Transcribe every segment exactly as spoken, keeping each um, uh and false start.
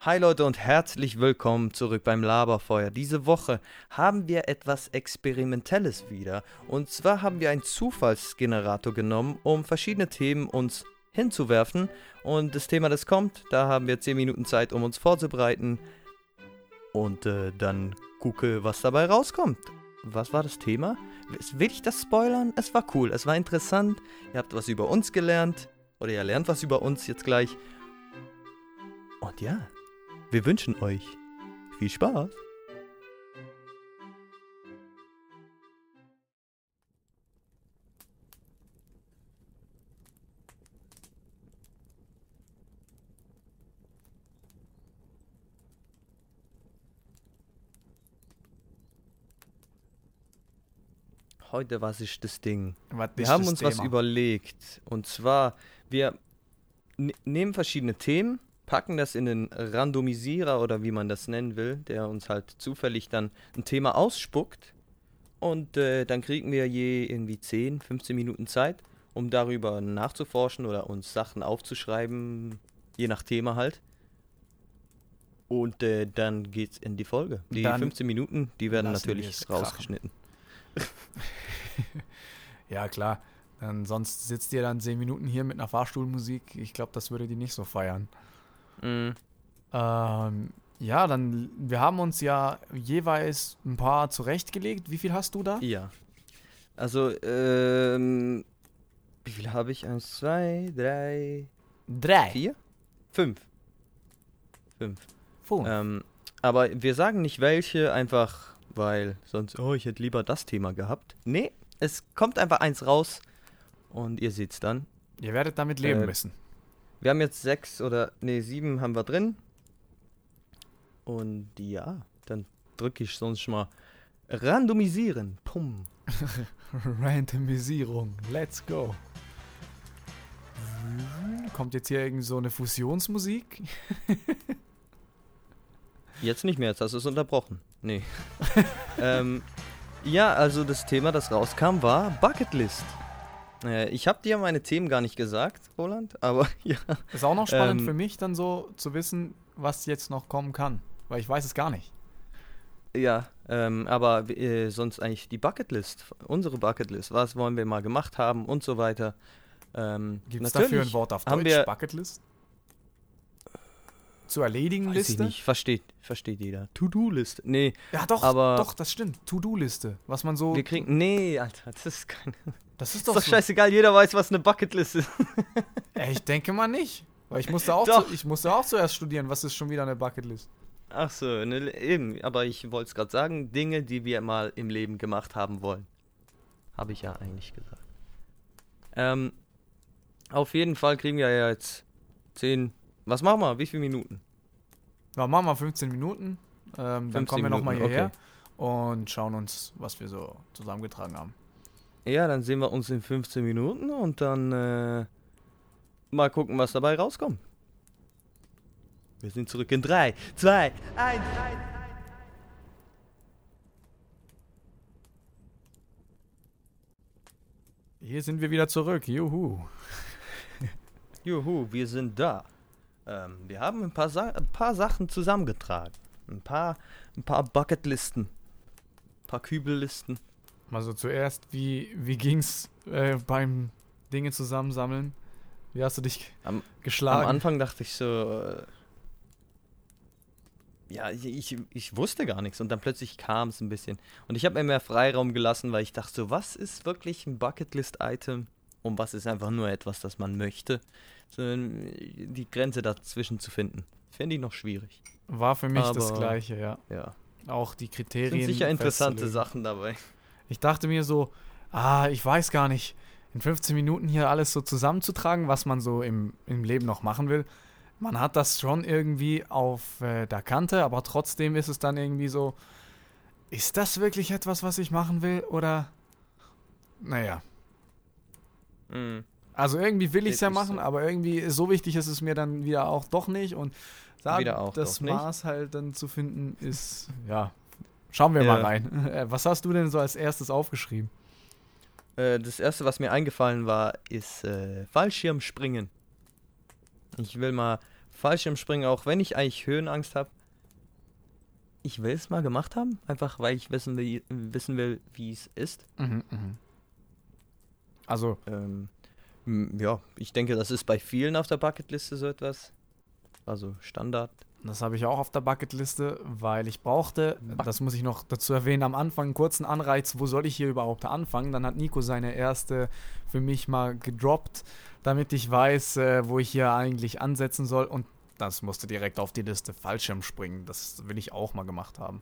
Hi Leute und herzlich willkommen zurück beim Laberfeuer. Diese Woche haben wir etwas Experimentelles wieder. Und zwar haben wir einen Zufallsgenerator genommen, um verschiedene Themen uns hinzuwerfen. Und das Thema, das kommt, da haben wir zehn Minuten Zeit, um uns vorzubereiten. Und äh, dann gucke, was dabei rauskommt. Was war das Thema? Will ich das spoilern? Es war cool, es war interessant. Ihr habt was über uns gelernt. Oder ihr lernt was über uns jetzt gleich. Und ja, wir wünschen euch viel Spaß. Heute, was ist das Ding? Was Wir ist haben das uns was Thema? überlegt. Und zwar, wir n- nehmen verschiedene Themen, packen das in den Randomisierer oder wie man das nennen will, der uns halt zufällig dann ein Thema ausspuckt. Und äh, dann kriegen wir je irgendwie zehn, fünfzehn Minuten Zeit, um darüber nachzuforschen oder uns Sachen aufzuschreiben, je nach Thema halt. Und äh, dann geht's in die Folge. Die Dann fünfzehn Minuten, die werden lassen wir natürlich es krachen. rausgeschnitten. Ja, klar. Dann sonst sitzt ihr dann zehn Minuten hier mit einer Fahrstuhlmusik. Ich glaube, das würde die nicht so feiern. Mhm. Ähm, ja, dann, wir haben uns ja jeweils ein paar zurechtgelegt. Wie viel hast du da? Ja. Also, ähm, wie viel habe ich? Eins, zwei, drei, Drei. vier? Fünf. Fünf. Fünf. Ähm, aber wir sagen nicht welche, einfach weil sonst, oh, ich hätte lieber das Thema gehabt. Nee, es kommt einfach eins raus und ihr seht's dann. Ihr werdet damit leben äh, müssen. Wir haben jetzt sechs oder, nee, sieben haben wir drin. Und ja, dann drücke ich sonst schon mal randomisieren. Pum. Randomisierung. Let's go. Kommt jetzt hier irgend so eine Fusionsmusik? Jetzt nicht mehr, jetzt hast du es unterbrochen. Nee. ähm, ja, also das Thema, das rauskam, war Bucketlist. Äh, ich habe dir meine Themen gar nicht gesagt, Roland, aber ja. Ist auch noch spannend Ähm, für mich, dann so zu wissen, was jetzt noch kommen kann. Weil ich weiß es gar nicht. Ja, ähm, aber äh, sonst eigentlich die Bucketlist, unsere Bucketlist, was wollen wir mal gemacht haben und so weiter. Ähm, Gibt es natürlich dafür ein Wort auf haben Deutsch? wir- Bucketlist? Zu erledigen Weiß ich Liste? nicht, versteht, versteht jeder. To-Do-Liste. Nee, Ja, doch, Aber- doch, das stimmt. To-Do-Liste. Was man so. wir kriegen, nee, Alter, das ist kein, das ist ist doch, doch so. scheißegal, jeder weiß, was eine Bucketlist ist. Ey, ich denke mal nicht. Weil ich musste auch, Doch. zu, ich musste auch zuerst studieren. Was ist schon wieder eine Bucketlist? Ach so, ne, eben, aber ich wollte es gerade sagen, Dinge, die wir mal im Leben gemacht haben wollen. Habe ich ja eigentlich gesagt. Ähm, auf jeden Fall kriegen wir ja jetzt zehn, was machen wir, wie viele Minuten? Ja, machen wir fünfzehn Minuten. Ähm, dann fünfzehn kommen wir nochmal Minuten, hierher und schauen uns, was wir so zusammengetragen haben. Ja, dann sehen wir uns in fünfzehn Minuten und dann äh, mal gucken, was dabei rauskommt. Wir sind zurück in drei, zwei, eins. Hier sind wir wieder zurück. Juhu. Juhu, wir sind da. Ähm, wir haben ein paar, Sa- ein paar Sachen zusammengetragen. Ein paar, ein paar Bucketlisten. Ein paar Kübellisten. Also zuerst, wie, wie ging's äh, beim Dinge zusammensammeln? Wie hast du dich Am- geschlagen? Am Anfang dachte ich so, äh, ja, ich, ich, ich wusste gar nichts und dann plötzlich kam es ein bisschen. Und ich habe mir mehr Freiraum gelassen, weil ich dachte so, was ist wirklich ein Bucketlist-Item und was ist einfach nur etwas, das man möchte. So, die Grenze dazwischen zu finden, finde ich noch schwierig. War für mich das Aber- Gleiche, ja. Ja, Auch die sind Kriterien. sicher interessante festzulegen. Sachen dabei. Ich dachte mir so, ah, ich weiß gar nicht, in fünfzehn Minuten hier alles so zusammenzutragen, was man so im, im Leben noch machen will. Man hat das schon irgendwie auf äh, der Kante, aber trotzdem ist es dann irgendwie so, ist das wirklich etwas, was ich machen will? Oder, naja. Mhm. Also irgendwie will ich es ja Wirklich machen, so. aber irgendwie so wichtig ist es mir dann wieder auch doch nicht. Und da Wieder auch das doch nicht. Maß halt dann zu finden ist, ja, schauen wir Ja. mal rein. Äh, Was hast du denn so als erstes aufgeschrieben? Äh, das erste, was mir eingefallen war, ist äh, Fallschirmspringen. Ich will mal Fallschirmspringen, auch wenn ich eigentlich Höhenangst habe, ich will es mal gemacht haben, einfach weil ich wissen will, wissen will, wie es ist. Mhm, mhm. Also, Ähm, m- ja, ich denke, das ist bei vielen auf der Bucketliste so etwas. Also Standard. das habe ich auch auf der Bucketliste, weil ich brauchte, das muss ich noch dazu erwähnen, am Anfang einen kurzen Anreiz, wo soll ich hier überhaupt anfangen? Dann hat Nico seine erste für mich mal gedroppt, damit ich weiß, äh, wo ich hier eigentlich ansetzen soll. Und das musste direkt auf die Liste Fallschirmspringen. Das will ich auch mal gemacht haben.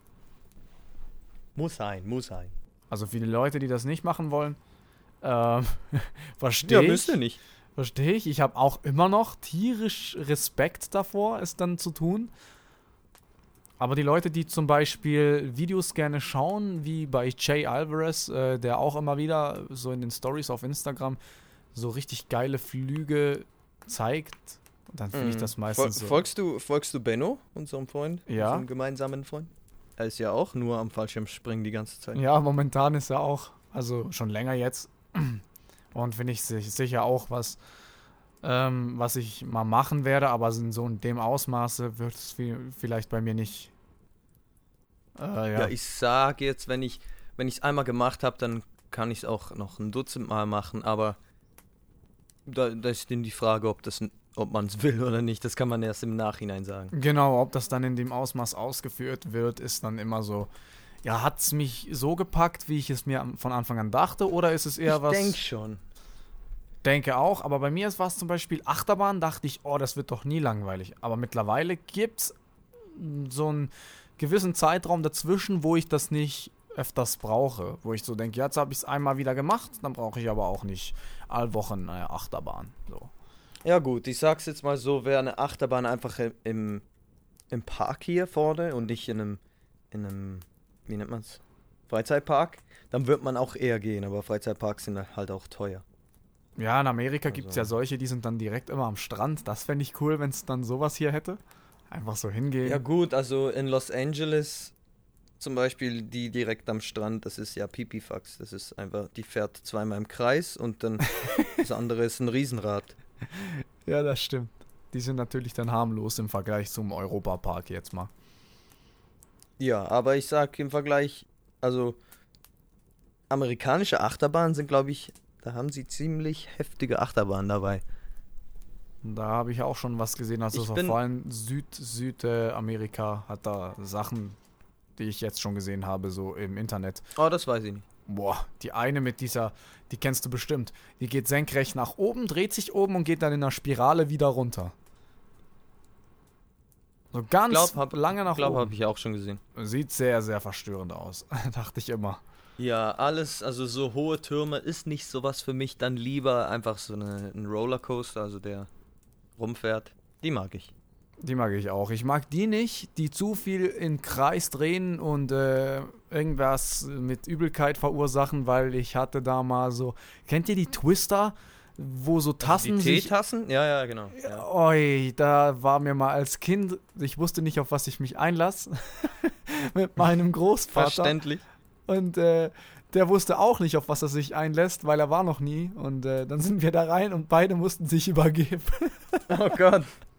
Muss sein, muss sein. Also für die Leute, die das nicht machen wollen, ähm, Ja, verstehe ich. müsste nicht. Verstehe ich. Ich habe auch immer noch tierisch Respekt davor, es dann zu tun. Aber die Leute, die zum Beispiel Videos gerne schauen, wie bei Jay Alvarez, äh, der auch immer wieder so in den Stories auf Instagram so richtig geile Flüge zeigt, dann finde ich das meistens Fol- so. Folgst du, folgst du Benno, unserem Freund? Ja. Unserem gemeinsamen Freund? Er ist ja auch nur am Fallschirmspringen die ganze Zeit. Ja, momentan ist er auch, also schon länger jetzt. Und finde ich sich- sicher auch was, ähm, was ich mal machen werde, aber in so in dem Ausmaße wird es vi- vielleicht bei mir nicht. Äh, ja. Ja, ich sage jetzt, wenn ich wenn ich es einmal gemacht habe, dann kann ich es auch noch ein Dutzend Mal machen, aber da, da ist dann die Frage, ob das ob man es will oder nicht, das kann man erst im Nachhinein sagen. Genau, ob das dann in dem Ausmaß ausgeführt wird, ist dann immer so. Ja, hat es mich so gepackt, wie ich es mir am- von Anfang an dachte, oder ist es eher ich was. denke schon. Denke auch, aber bei mir war es zum Beispiel Achterbahn, dachte ich, oh, das wird doch nie langweilig. Aber mittlerweile gibt es so einen gewissen Zeitraum dazwischen, wo ich das nicht öfters brauche. Wo ich so denke, jetzt habe ich es einmal wieder gemacht, dann brauche ich aber auch nicht allwochen eine Achterbahn. So. Ja gut, ich sag's jetzt mal so, wäre eine Achterbahn einfach im, im, im Park hier vorne und nicht in einem, in einem, wie nennt man's, Freizeitpark, dann wird man auch eher gehen, aber Freizeitparks sind halt auch teuer. Ja, in Amerika gibt es Also- ja solche, die sind dann direkt immer am Strand. Das fände ich cool, wenn es dann sowas hier hätte. Einfach so hingehen. Ja gut, also in Los Angeles zum Beispiel die direkt am Strand, das ist ja Pipifax, das ist einfach, die fährt zweimal im Kreis und dann das andere ist ein Riesenrad. Ja, das stimmt. Die sind natürlich dann harmlos im Vergleich zum Europapark jetzt mal. Ja, aber ich sag im Vergleich, also amerikanische Achterbahnen sind, glaube ich, da haben sie ziemlich heftige Achterbahnen dabei. Da habe ich auch schon was gesehen. Also Ich so bin- vor allem Süd, Südamerika hat da Sachen, die ich jetzt schon gesehen habe, so im Internet. Oh, das weiß ich nicht. Boah, die eine mit dieser, die kennst du bestimmt. Die geht senkrecht nach oben, dreht sich oben und geht dann in einer Spirale wieder runter. So ganz Glaub, hab, lange nach glaub, oben. habe ich auch schon gesehen. Sieht sehr, sehr verstörend aus. Dachte ich immer. Ja, alles, also so hohe Türme ist nicht sowas für mich, dann lieber einfach so eine, ein Rollercoaster, also der rumfährt. Die mag ich. Die mag ich auch. Ich mag die nicht, die zu viel im Kreis drehen und äh, irgendwas mit Übelkeit verursachen, weil ich hatte da mal so. Kennt ihr die Twister, wo so Tassen Also die sich. Teetassen? Ja, ja, genau. Ja. Oi, da war mir mal als Kind, ich wusste nicht, auf was ich mich einlasse, mit meinem Großvater. Verständlich. Und äh, der wusste auch nicht, auf was er sich einlässt, weil er war noch nie. Und äh, dann sind wir da rein und beide mussten sich übergeben. Oh Gott.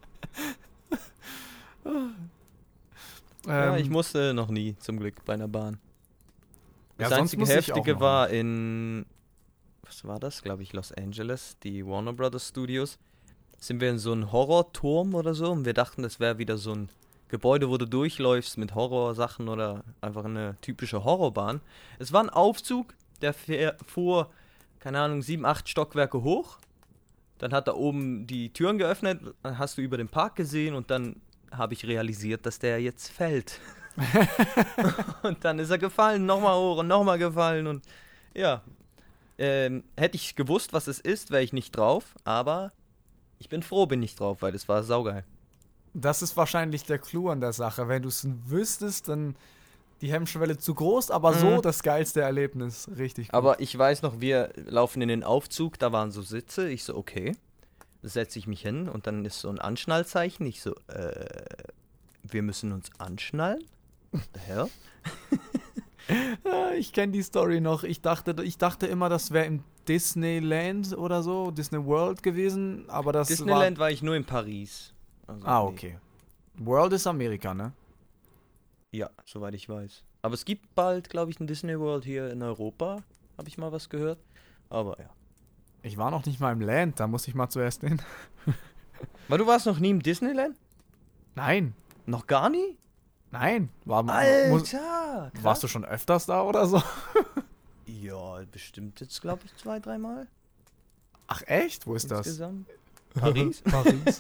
Ja, Ähm, ich musste noch nie, zum Glück, bei einer Bahn. Ja, Das sonst einzige muss ich auch Heftige noch war in, was war das, glaube ich, Los Angeles, die Warner Brothers Studios. Sind wir in so einem Horrorturm oder so und wir dachten, das wäre wieder so ein Gebäude, wo du durchläufst mit Horrorsachen oder einfach eine typische Horrorbahn. Es war ein Aufzug, der fähr- fuhr, keine Ahnung, sieben, acht Stockwerke hoch. Dann hat er oben die Türen geöffnet, dann hast du über den Park gesehen und dann habe ich realisiert, dass der jetzt fällt. Und dann ist er gefallen, nochmal hoch und nochmal gefallen und ja. Ähm, hätte ich gewusst, was es ist, wäre ich nicht drauf, aber ich bin froh, bin ich drauf, weil es war saugeil. Das ist wahrscheinlich der Clou an der Sache. Wenn du es wüsstest, dann die Hemmschwelle zu groß, aber Mhm. so das geilste Erlebnis. Richtig gut. Aber ich weiß noch, wir laufen in den Aufzug, da waren so Sitze, ich so, okay, da setze ich mich hin und dann ist so ein Anschnallzeichen, ich so, äh, wir müssen uns anschnallen? Hä? Ja, ich kenne die Story noch. Ich dachte, ich dachte immer, das wäre im Disneyland oder so, Disney World gewesen, aber das Disneyland war ich nur in Paris. Also, Ah, nee. okay. World ist Amerika, ne? Ja, soweit ich weiß. Aber es gibt bald, glaube ich, ein Disney World hier in Europa. Habe ich mal was gehört. Aber ja. Ich war noch nicht mal im Land, da muss ich mal zuerst hin. Weil du warst noch nie im Disneyland? Nein, Noch gar nie? nein. War, muss, Alter! Krass. warst du schon öfters da oder so? Ja, bestimmt jetzt, glaube ich, zwei, dreimal. Ach echt? Wo ist das? Insgesamt. Paris? Paris.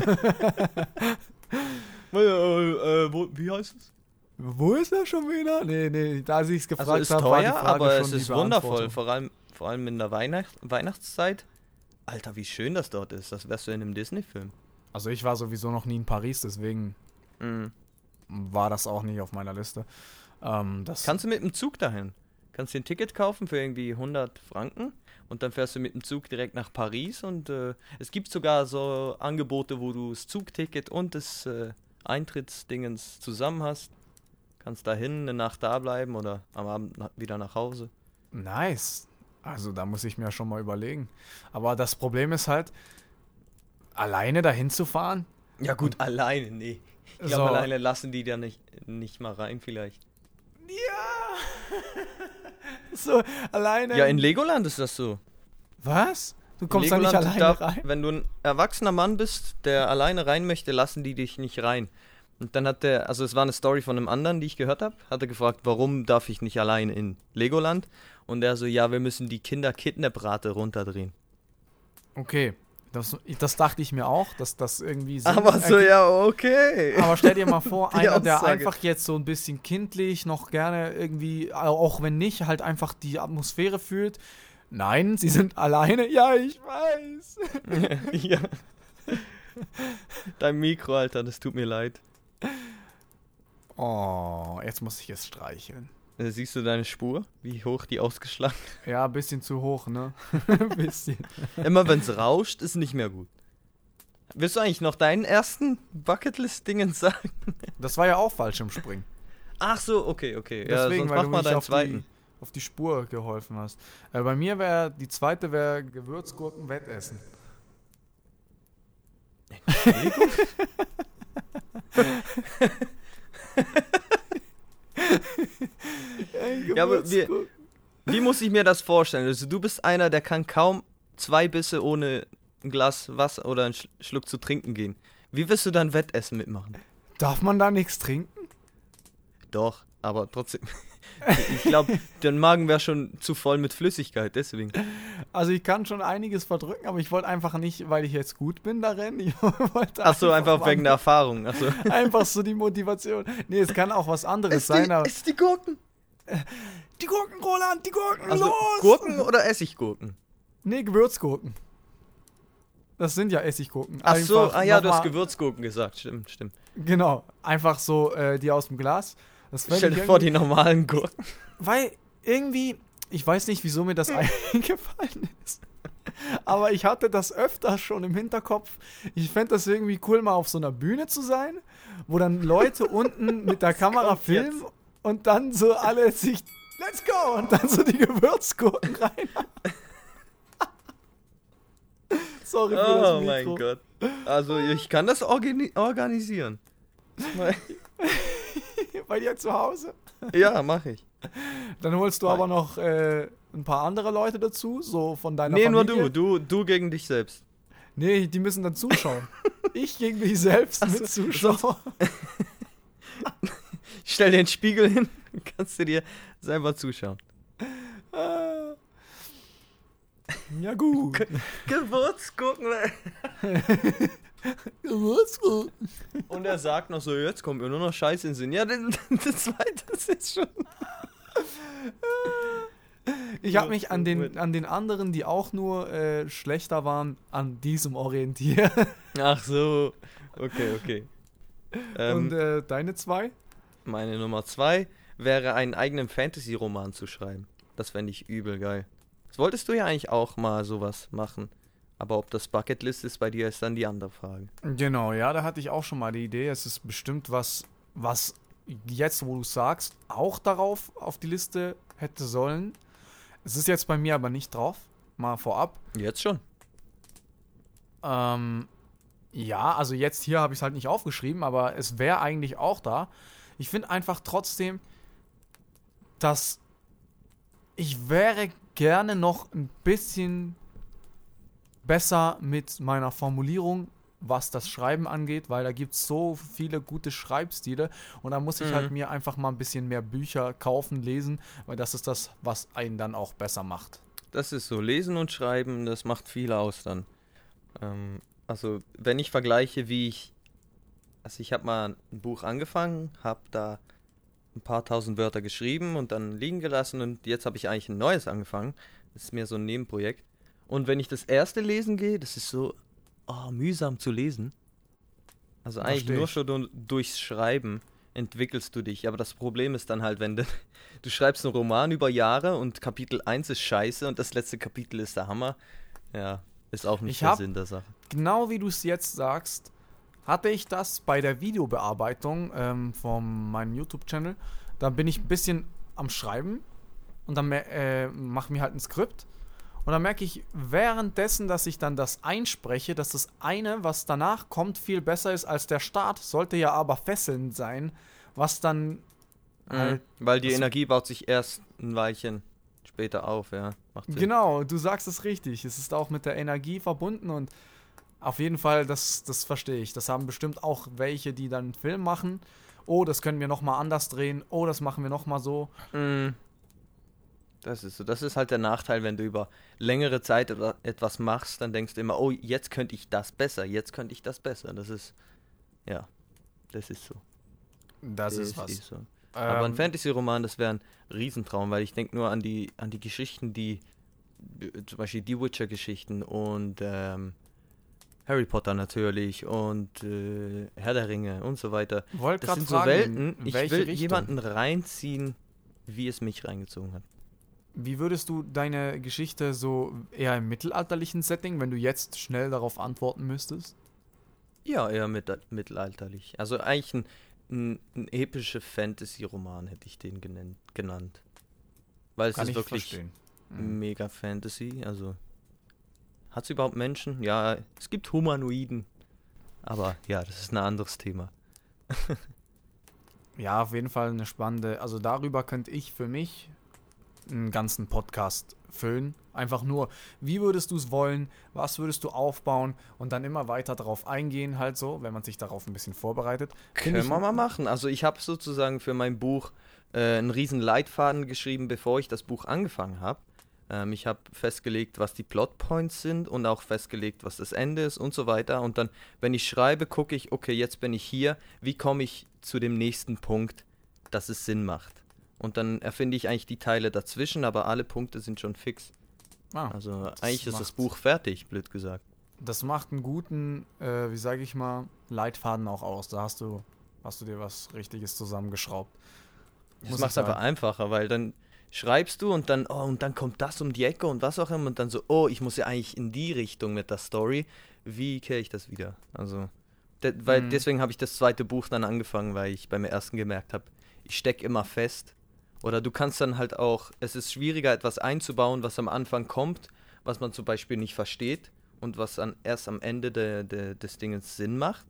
äh, äh, wo, wie heißt es? Wo ist er schon wieder? Nee, nee, da ich es gefragt Also ist habe, war die teuer, Frage aber schon es die ist wundervoll. Beantwortung. Vor allem, vor allem in der Weihnacht Weihnachtszeit. Alter, wie schön das dort ist. Das wärst du in einem Disney-Film. Also ich war sowieso noch nie in Paris, deswegen Mhm. war das auch nicht auf meiner Liste. Ähm, das Kannst du mit dem Zug dahin? Kannst dir ein Ticket kaufen für irgendwie hundert Franken und dann fährst du mit dem Zug direkt nach Paris und äh, es gibt sogar so Angebote, wo du das Zugticket und das äh, Eintrittsdingens zusammen hast. Kannst dahin eine Nacht da bleiben oder am Abend na- wieder nach Hause. nice. Also da muss ich mir schon mal überlegen. Aber das Problem ist halt, alleine dahin zu fahren. Ja gut, alleine, nee. Ich So. glaube, alleine lassen die da nicht, nicht mal rein vielleicht. Ja. So, alleine. Ja, in Legoland ist das so. Was? Du kommst da nicht Legoland alleine darf, rein? Wenn du ein erwachsener Mann bist, der alleine rein möchte, lassen die dich nicht rein. Und dann hat der, also es war eine Story von einem anderen, die ich gehört habe, hat er gefragt, warum darf ich nicht allein in Legoland? Und er so, ja, wir müssen die Kinder-Kidnap-Rate runterdrehen. Okay. Das, das dachte ich mir auch, dass das irgendwie Sinn Aber so, ergibt. ja, okay. Aber stell dir mal vor, Die einer, der Aussage. einfach jetzt so ein bisschen kindlich, noch gerne irgendwie, auch wenn nicht, halt einfach die Atmosphäre fühlt. Nein, sie sind alleine. Ja, ich weiß. Ja. Dein Mikro, Alter, das tut mir leid. Oh, jetzt muss ich es streicheln. Äh, Siehst du deine Spur? Wie hoch die ausgeschlagen? Ja, ein bisschen zu hoch, ne? Ein bisschen. Immer wenn es rauscht, ist nicht mehr gut. Willst du eigentlich noch deinen ersten Bucketlist-Dingen sagen? Das war ja auch Fallschirmspringen. Ach so, okay, okay. Ja, Deswegen, sonst weil mach du mal mich deinen auf zweiten. die, auf die Spur geholfen hast. Äh, bei mir wäre, die zweite wäre Gewürzgurken-Wettessen. Ja, aber wir- Wie muss ich mir das vorstellen? Also du bist einer, der kann kaum zwei Bisse ohne ein Glas Wasser oder einen Sch- Schluck zu trinken gehen. Wie wirst du dann Wettessen mitmachen? Darf man da nichts trinken? Doch, aber trotzdem. Ich glaube, dein Magen wäre schon zu voll mit Flüssigkeit, deswegen. Also ich kann schon einiges verdrücken, aber ich wollte einfach nicht, weil ich jetzt gut bin darin. Ich wollte Ach so, einfach mal- wegen der Erfahrung. Ach so. Einfach so die Motivation. Nee, es kann auch was anderes sein, aber ess die Gurken. die Gurken, Roland, die Gurken, Also los! Gurken oder Essiggurken? Nee, Gewürzgurken. Das sind ja Essiggurken. Ach so, Einfach ah ja, du hast nochmal- Gewürzgurken gesagt. Stimmt, stimmt. Genau, einfach so äh, die aus dem Glas. Das fänd Stell ich dir vor, die irgendwie- normalen Gurken. Weil irgendwie, ich weiß nicht, wieso mir das eingefallen ist. Aber ich hatte das öfter schon im Hinterkopf. Ich fände das irgendwie cool, mal auf so einer Bühne zu sein, wo dann Leute unten mit der Kamera kommt filmen und dann so alle sich, let's go, und dann so die Gewürzgurken rein. Sorry für das Oh Mikro. mein Gott. Also ich kann das organi organisieren. Bei dir zu Hause. Ja, mache ich. Dann holst du aber noch äh, ein paar andere Leute dazu, so von deiner Nee, Familie. nur du. du. Du gegen dich selbst. Nee, die müssen dann zuschauen. Ich gegen mich selbst Ach so, mit Zuschauern. Ich stell dir einen Spiegel hin, kannst du dir selber zuschauen. Ah. Ja gut. Gewürzgurken. Und er sagt noch so, jetzt kommt mir nur noch Scheiße in den Sinn. Ja, das, das zweite ist jetzt schon. Ich habe mich an den, an den anderen, die auch nur äh, schlechter waren, an diesem orientiert. Ach so. Okay, okay. Ähm, Und äh, deine zwei? meine Nummer zwei wäre, einen eigenen Fantasy-Roman zu schreiben. Das fände ich übel geil. Das wolltest du ja eigentlich auch mal sowas machen. Aber ob das Bucketlist ist bei dir, ist dann die andere Frage. Genau, ja, da hatte ich auch schon mal die Idee. Es ist bestimmt was, was jetzt, wo du sagst, auch darauf auf die Liste hätte sollen. Es ist jetzt bei mir aber nicht drauf. Mal vorab. Jetzt schon. Ähm, Ja, also jetzt hier habe ich es halt nicht aufgeschrieben, aber es wäre eigentlich auch da. Ich finde einfach trotzdem, dass ich wäre gerne noch ein bisschen besser mit meiner Formulierung, was das Schreiben angeht, weil da gibt es so viele gute Schreibstile und da muss ich Mhm. halt mir einfach mal ein bisschen mehr Bücher kaufen, lesen, weil das ist das, was einen dann auch besser macht. Das ist so, lesen und schreiben, das macht viel aus dann. Ähm, also, wenn ich vergleiche, wie ich, also ich habe mal ein Buch angefangen, habe da ein paar tausend Wörter geschrieben und dann liegen gelassen und jetzt habe ich eigentlich ein neues angefangen. Das ist mehr so ein Nebenprojekt. Und wenn ich das erste lesen gehe, das ist so oh, mühsam zu lesen. Also eigentlich Versteh nur ich. schon du- durchs Schreiben entwickelst du dich. Aber das Problem ist dann halt, wenn du, du schreibst einen Roman über Jahre und Kapitel eins ist scheiße und das letzte Kapitel ist der Hammer. Ja, ist auch nicht Ich der hab- Sinn der Sache. Genau wie du es jetzt sagst, hatte ich das bei der Videobearbeitung ähm, von meinem YouTube-Channel. Da bin ich ein bisschen am Schreiben und dann äh, mache mir halt ein Skript. Und dann merke ich währenddessen, dass ich dann das einspreche, dass das eine, was danach kommt, viel besser ist als der Start. Sollte ja aber fesselnd sein, was dann halt. Mhm. Weil die das- Energie baut sich erst ein Weilchen später auf, ja. Macht Sinn. Genau, du sagst es richtig. Es ist auch mit der Energie verbunden und auf jeden Fall, das, das verstehe ich. Das haben bestimmt auch welche, die dann einen Film machen. Oh, das können wir nochmal anders drehen. Oh, das machen wir nochmal so. Mm. Das ist so. Das ist halt der Nachteil, wenn du über längere Zeit oder etwas machst, dann denkst du immer, oh, jetzt könnte ich das besser, jetzt könnte ich das besser. Das ist, ja, das ist so. Das ist was. eh so. Aber ein Ähm, Fantasy-Roman, das wäre ein Riesentraum, weil ich denke nur an die, an die Geschichten, die, äh, zum Beispiel die Witcher-Geschichten und ähm, Harry Potter natürlich und äh, Herr der Ringe und so weiter. wollte Das gerade sind fragen, so Welten, in ich welche will Richtung? jemanden reinziehen, wie es mich reingezogen hat. Wie würdest du deine Geschichte so eher im mittelalterlichen Setting, wenn du jetzt schnell darauf antworten müsstest? Ja, eher mit, mittelalterlich. Also eigentlich ein, ein, ein epischer Fantasy-Roman hätte ich den genannt. genannt. Weil es Kann ist ich wirklich verstehen. Mhm. mega Fantasy. Also hat es überhaupt Menschen? Ja, es gibt Humanoiden. Aber ja, das ist ein anderes Thema. Ja, auf jeden Fall eine spannende. Also darüber könnte ich für mich einen ganzen Podcast füllen. Einfach nur, wie würdest du es wollen, was würdest du aufbauen und dann immer weiter darauf eingehen, halt so, wenn man sich darauf ein bisschen vorbereitet. Find Können ich- wir mal machen. Also ich habe sozusagen für mein Buch äh, einen riesen Leitfaden geschrieben, bevor ich das Buch angefangen habe. Ähm, ich habe festgelegt, was die Plotpoints sind und auch festgelegt, was das Ende ist und so weiter. Und dann, wenn ich schreibe, gucke ich, okay, jetzt bin ich hier. Wie komme ich zu dem nächsten Punkt, dass es Sinn macht? Und dann erfinde ich eigentlich die Teile dazwischen, aber alle Punkte sind schon fix. Ah, Also eigentlich ist das macht's. Buch fertig, blöd gesagt. das macht einen guten, äh, wie sage ich mal, Leitfaden auch aus. Da hast du, hast du dir was Richtiges zusammengeschraubt. Das Muss macht ich es einfach sagen. einfacher, weil dann schreibst du und dann, oh, und dann kommt das um die Ecke und was auch immer und dann so, oh, ich muss ja eigentlich in die Richtung mit der Story. Wie kehre ich das wieder? Also, de weil Mhm. deswegen habe ich das zweite Buch dann angefangen, weil ich beim ersten gemerkt habe, ich stecke immer fest. Oder du kannst dann halt auch, es ist schwieriger, etwas einzubauen, was am Anfang kommt, was man zum Beispiel nicht versteht und was dann erst am Ende de, de, des Dinges Sinn macht.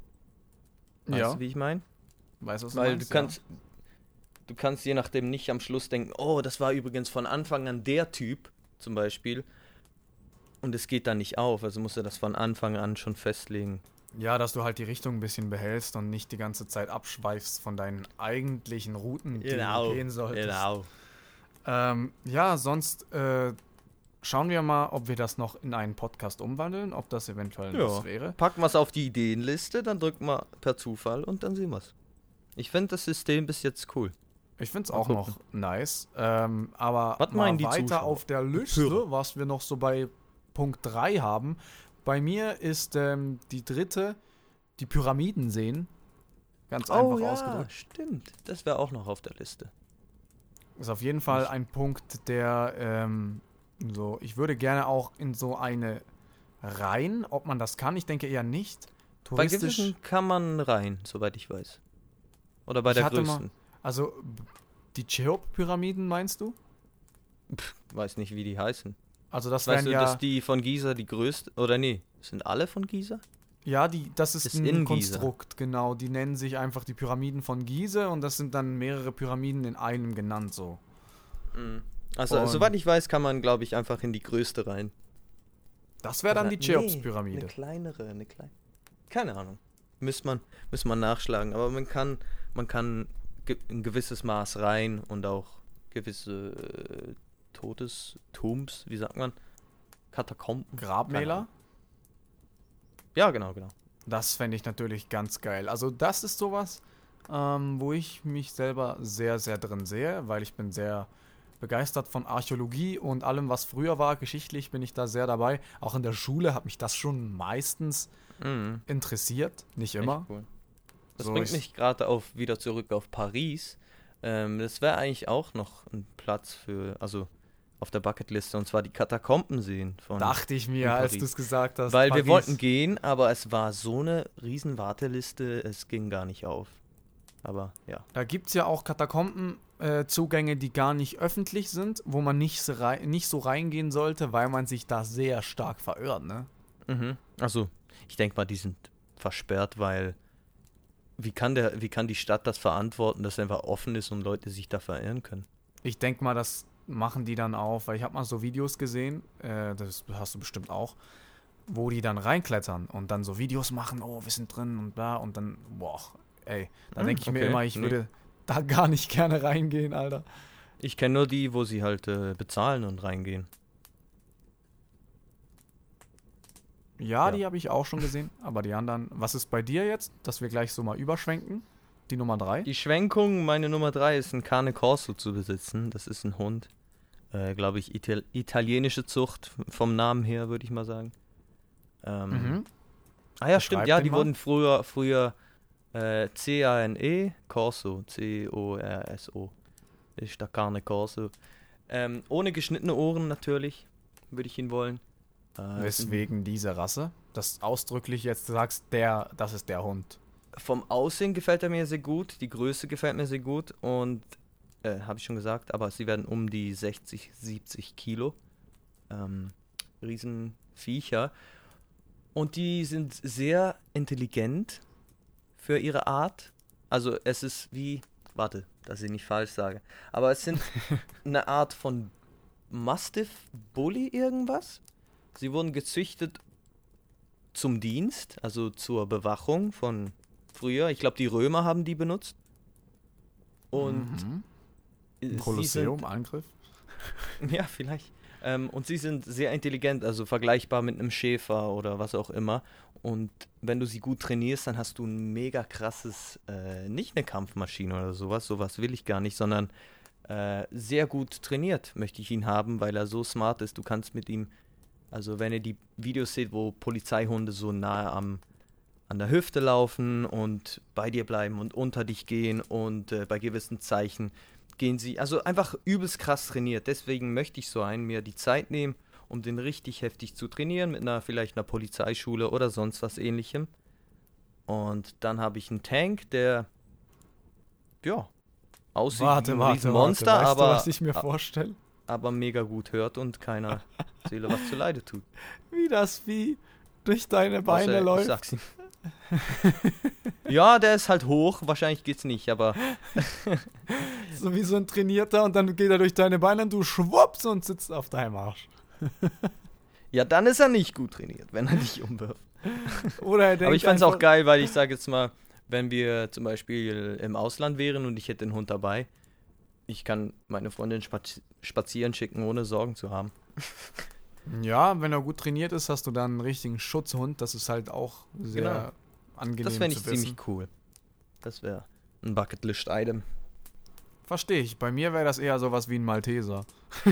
Weißt Ja, du, wie ich meine? weißt du, was Weil du meinst? du kannst, du kannst je nachdem nicht am Schluss denken, oh, das war übrigens von Anfang an der Typ, zum Beispiel. Und es geht dann nicht auf, also musst du das von Anfang an schon festlegen. Ja. ja, dass du halt die Richtung ein bisschen behältst und nicht die ganze Zeit abschweifst von deinen eigentlichen Routen, die du gehen solltest. Ähm, ja, sonst äh, schauen wir mal, ob wir das noch in einen Podcast umwandeln, ob das eventuell Ja. was wäre. Packen wir es auf die Ideenliste, dann drücken wir per Zufall und dann sehen wir es. Ich finde das System bis jetzt cool. Ich finde es Mal auch gucken. noch nice. Ähm, aber Was mal meinen die weiter Zuschauer? auf der Liste, Hörer. was wir noch so bei Punkt drei haben. Bei mir ist ähm, die dritte, die Pyramiden sehen. Ganz einfach Oh ja, ausgedrückt. stimmt. Das wäre auch noch auf der Liste. Ist auf jeden Fall Ich- ein Punkt, der ähm, so, ich würde gerne auch in so eine rein, ob man das kann, ich denke eher nicht. Bei Touristisch, gewissen kann man rein, soweit ich weiß. Oder bei Ich der hatte mal- größten. also b- die Cheops-Pyramiden meinst du? Weiß nicht, wie die heißen. Also das Weißt wären du, ja, dass die von Giza die größte, oder nee, sind alle von Giza? Ja, die, das ist, Ist ein in Giza. Konstrukt, genau. Die nennen sich einfach die Pyramiden von Gizeh und das sind dann mehrere Pyramiden in einem genannt so. Mhm. Also, Und- soweit ich weiß, kann man, glaube ich, einfach in die größte rein. Das wäre dann Oder- die nee, Cheops-Pyramide. Eine kleinere, eine kleine. Keine Ahnung. Müsste man, müsste man nachschlagen. Aber man kann, man kann ge ein gewisses Maß rein und auch gewisse äh, Todestums, wie sagt man? Katakomben. Keine Grabmäler? Ahnung. Ja, genau, genau. Das fände ich natürlich ganz geil. Also das ist sowas, ähm, wo ich mich selber sehr, sehr drin sehe, weil ich bin sehr begeistert von Archäologie und allem, was früher war. Geschichtlich bin ich da sehr dabei. Auch in der Schule hat mich das schon meistens Mhm. interessiert. Nicht Echt immer. cool. Das So, bringt ich- mich gerade auf wieder zurück auf Paris. Ähm, das wäre eigentlich auch noch ein Platz für, also auf der Bucketliste, und zwar die Katakomben sehen von. Dachte ich in mir, als Paris. du es gesagt hast. Weil wir Paris. wollten gehen, aber es war so eine riesen Warteliste, es ging gar nicht auf. Aber ja. Da gibt es ja auch Katakomben-Zugänge, die gar nicht öffentlich sind, wo man nicht so, rei nicht so reingehen sollte, weil man sich da sehr stark verirrt, ne? Mhm. Also, ich denke mal, die sind versperrt, weil wie kann der, wie kann die Stadt das verantworten, dass es einfach offen ist und Leute sich da verirren können? Ich denke mal, das machen die dann auf, weil ich habe mal so Videos gesehen, äh, das hast du bestimmt auch, wo die dann reinklettern und dann so Videos machen, oh, wir sind drin und da und dann, boah, ey, da Hm, denke ich mir okay. immer, ich Nee. würde da gar nicht gerne reingehen, Alter. Ich kenne nur die, wo sie halt äh, bezahlen und reingehen. Ja, Ja. die habe ich auch schon gesehen, aber die anderen, was ist bei dir jetzt, dass wir gleich so mal überschwenken? Die Nummer drei? Die Schwenkung, meine Nummer drei, ist ein Cane Corso zu besitzen. Das ist ein Hund, äh, glaube ich, Ital italienische Zucht vom Namen her, würde ich mal sagen. Ähm, Mhm. Ah ja, Beschreib stimmt, ja, den die mal. wurden früher, früher äh, C A N E, Corso, C O R S O. Ist der Cane Corso. Ähm, ohne geschnittene Ohren natürlich, würde ich ihn wollen. Äh, Weswegen diese Rasse? Das ausdrücklich jetzt sagst, der, das ist der Hund. Vom Aussehen gefällt er mir sehr gut, die Größe gefällt mir sehr gut und, äh, habe ich schon gesagt, aber sie werden um die sechzig, siebzig Kilo. Ähm, Riesenviecher. Und die sind sehr intelligent für ihre Art. Also es ist wie, warte, dass ich nicht falsch sage, aber es sind eine Art von Mastiff Bully irgendwas. Sie wurden gezüchtet zum Dienst, also zur Bewachung von früher. Ich glaube, die Römer haben die benutzt. Und Mhm. äh, Ein sie Kolosseum-Angriff? sind, ja, vielleicht. Ähm, und sie sind sehr intelligent, also vergleichbar mit einem Schäfer oder was auch immer. Und wenn du sie gut trainierst, dann hast du ein mega krasses, äh, nicht eine Kampfmaschine oder sowas, sowas will ich gar nicht, sondern äh, sehr gut trainiert möchte ich ihn haben, weil er so smart ist. Du kannst mit ihm, also wenn ihr die Videos seht, wo Polizeihunde so nahe am an der Hüfte laufen und bei dir bleiben und unter dich gehen und äh, bei gewissen Zeichen gehen sie, also einfach übelst krass trainiert. Deswegen möchte ich so einen mir die Zeit nehmen, um den richtig heftig zu trainieren mit einer vielleicht einer Polizeischule oder sonst was ähnlichem. Und dann habe ich einen Tank, der ja aussieht wie Warte, ein warte, riesen warte. Monster, Weißt aber du, was ich mir a- vorstelle? aber mega gut hört und keiner Seele was zuleide tut. Wie das Vieh durch deine Beine Außer, ich läuft. sag's ihm. Ja, der ist halt hoch, wahrscheinlich geht's nicht, aber So wie so ein Trainierter und dann geht er durch deine Beine und du schwupps und sitzt auf deinem Arsch. ja, dann ist er nicht gut trainiert, wenn er dich umwirft. Oder er denkt Aber ich fand's auch einfach- geil, weil ich sage jetzt mal, wenn wir zum Beispiel im Ausland wären und ich hätte den Hund dabei, ich kann meine Freundin spaz spazieren schicken, ohne Sorgen zu haben. Ja, wenn er gut trainiert ist, hast du dann einen richtigen Schutzhund. Das ist halt auch sehr Genau. angenehm Das fände zu ich wissen. ziemlich cool. Das wäre ein Bucketlist-Item. Verstehe ich. Bei mir wäre das eher sowas wie ein Malteser.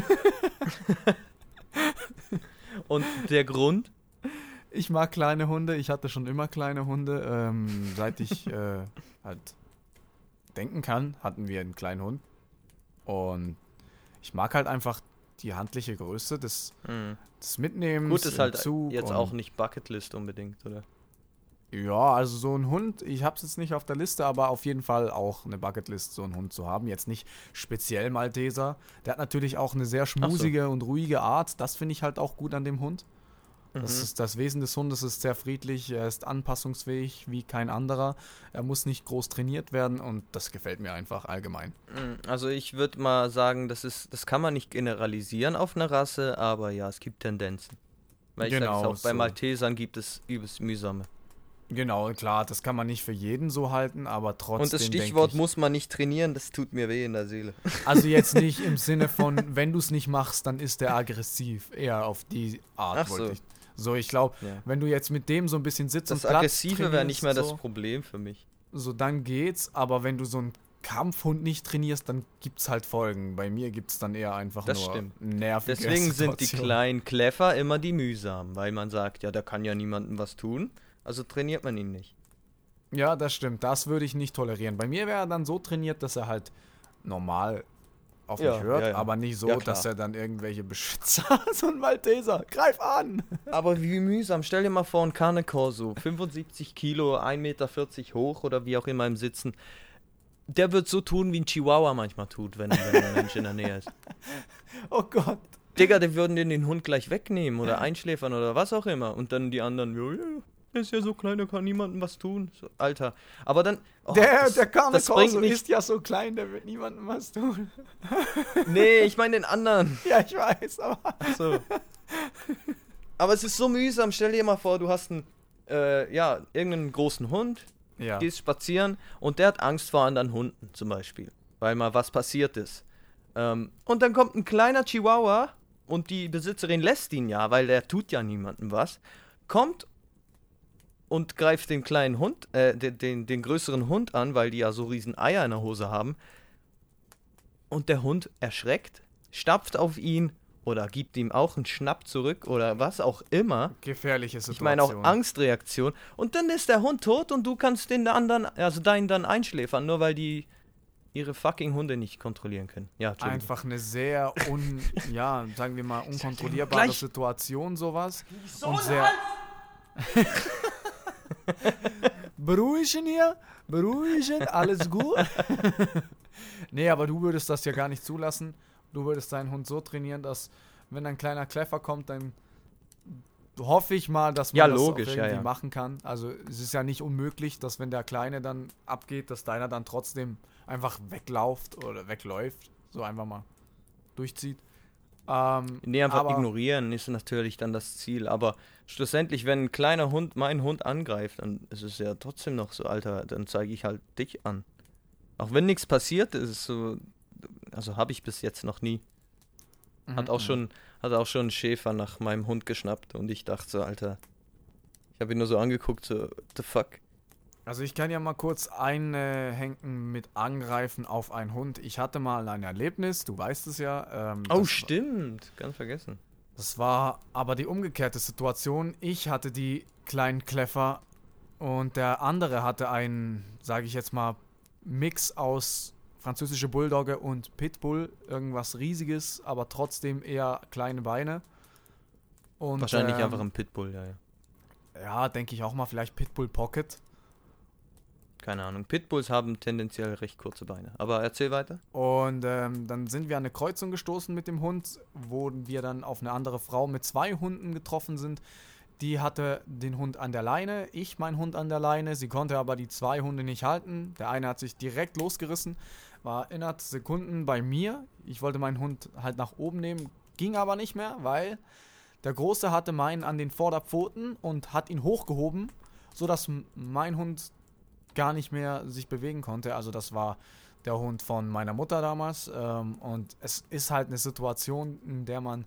Und der Grund? Ich mag kleine Hunde. Ich hatte schon immer kleine Hunde. Ähm, seit ich äh, halt denken kann, hatten wir einen kleinen Hund. Und ich mag halt einfach die handliche Größe des, Mhm. des Mitnehmens. Gut, ist im halt Zug jetzt und- auch nicht Bucketlist unbedingt, oder? Ja, also so ein Hund, ich hab's jetzt nicht auf der Liste, aber auf jeden Fall auch eine Bucketlist, so einen Hund zu haben. Jetzt nicht speziell Malteser. Der hat natürlich auch eine sehr schmusige und ruhige Art. Das finde ich halt auch gut an dem Hund. Das ist das Wesen des Hundes ist sehr friedlich, er ist anpassungsfähig wie kein anderer. Er muss nicht groß trainiert werden und das gefällt mir einfach allgemein. Also ich würde mal sagen, das ist, das kann man nicht generalisieren auf eine Rasse, aber ja, es gibt Tendenzen. Weil ich Genau, sag's auch, bei so. Maltesern gibt es übelst mühsame. Genau, klar, das kann man nicht für jeden so halten, aber trotzdem. Und das denk Stichwort ich, muss man nicht trainieren, das tut mir weh in der Seele. Also jetzt nicht im Sinne von, wenn du es nicht machst, dann ist er aggressiv. Eher auf die Art Ach wollte so. ich. So, ich glaube, Ja. wenn du jetzt mit dem so ein bisschen sitzt Das und Platz Aggressive wäre nicht mehr das so, Problem für mich. so, dann geht's. Aber wenn du so einen Kampfhund nicht trainierst, dann gibt's halt Folgen. Bei mir gibt's dann eher einfach Das nur stimmt. nervige Deswegen sind die Situationen. kleinen Kleffer immer die mühsamen, weil man sagt, ja, da kann ja niemandem was tun, also trainiert man ihn nicht. Ja, das stimmt. Das würde ich nicht tolerieren. Bei mir wäre er dann so trainiert, dass er halt normal auf Ja, mich hört, ja, ja. aber nicht so, Ja, klar. dass er dann irgendwelche Beschützer, so ein Malteser, greif an! Aber wie mühsam, stell dir mal vor, ein Cane Corso, fünfundsiebzig Kilo, ein Meter vierzig hoch oder wie auch immer im Sitzen, der wird so tun, wie ein Chihuahua manchmal tut, wenn, wenn ein Mensch in der Nähe ist. Oh Gott. Digga, die würden den, den Hund gleich wegnehmen oder einschläfern oder was auch immer. Und dann die anderen, ja, ja, der ist ja so klein, der kann niemandem was tun. So, Alter. Aber dann. Oh, Der, das, der Cane das Corso bringt mich. ist ja so klein, der wird niemandem was tun. Nee, ich meine den anderen. Ja, ich weiß, aber. Ach so. Aber es ist so mühsam. Stell dir mal vor, du hast einen, äh, ja, irgendeinen großen Hund, Ja. gehst spazieren und der hat Angst vor anderen Hunden zum Beispiel, weil mal was passiert ist. Ähm, und dann kommt ein kleiner Chihuahua und die Besitzerin lässt ihn ja, weil der tut ja niemandem was, kommt und greift den kleinen Hund, äh, den, den, den größeren Hund an, weil die ja so riesen Eier in der Hose haben. Und der Hund erschreckt, stapft auf ihn oder gibt ihm auch einen Schnapp zurück oder was auch immer. Gefährliche Situation. Ich meine auch Angstreaktion. Und dann ist der Hund tot und du kannst den anderen, also deinen dann einschläfern, nur weil die ihre fucking Hunde nicht kontrollieren können. Ja, Entschuldigung. Einfach eine sehr un, ja, sagen wir mal, unkontrollierbare Gleich. Situation, sowas. Und sehr. Beruhigen hier, beruhigen, alles gut. Nee, aber du würdest das ja gar nicht zulassen. Du würdest deinen Hund so trainieren, dass, wenn ein kleiner Kleffer kommt, dann hoffe ich mal, dass man Ja, das logisch, auch ja, irgendwie ja. machen kann. Also es ist ja nicht unmöglich, dass wenn der Kleine dann abgeht, dass deiner dann trotzdem einfach weglauft oder wegläuft. So einfach mal durchzieht. Ähm, Nee, einfach aber, ignorieren ist natürlich dann das Ziel. Aber schlussendlich, wenn ein kleiner Hund meinen Hund angreift, dann ist es ja trotzdem noch so, Alter, dann zeige ich halt dich an. Auch wenn nichts passiert ist, es so, also habe ich bis jetzt noch nie. Hat auch schon, hat auch schon ein Schäfer nach meinem Hund geschnappt und ich dachte so, Alter, ich habe ihn nur so angeguckt, so, what the fuck? Also ich kann ja mal kurz einhängen mit Angreifen auf einen Hund. Ich hatte mal ein Erlebnis, du weißt es ja. Ähm, Oh, das, stimmt, ganz vergessen. das war aber die umgekehrte Situation. Ich hatte die kleinen Kleffer und der andere hatte einen, sage ich jetzt mal, Mix aus französische Bulldogge und Pitbull. Irgendwas Riesiges, aber trotzdem eher kleine Beine. Und, Wahrscheinlich ähm, einfach ein Pitbull, ja, ja. Ja, denke ich auch mal, vielleicht Pitbull Pocket. Keine Ahnung. Pitbulls haben tendenziell recht kurze Beine. Aber erzähl weiter. Und ähm, dann sind wir an eine Kreuzung gestoßen mit dem Hund, wo wir dann auf eine andere Frau mit zwei Hunden getroffen sind. Die hatte den Hund an der Leine, ich mein Hund an der Leine. Sie konnte aber die zwei Hunde nicht halten. Der eine hat sich direkt losgerissen, war innerhalb Sekunden bei mir. Ich wollte meinen Hund halt nach oben nehmen, ging aber nicht mehr, weil der Große hatte meinen an den Vorderpfoten und hat ihn hochgehoben, sodass m- mein Hund gar nicht mehr sich bewegen konnte. Also das war der Hund von meiner Mutter damals. Ähm, und es ist halt eine Situation, in der man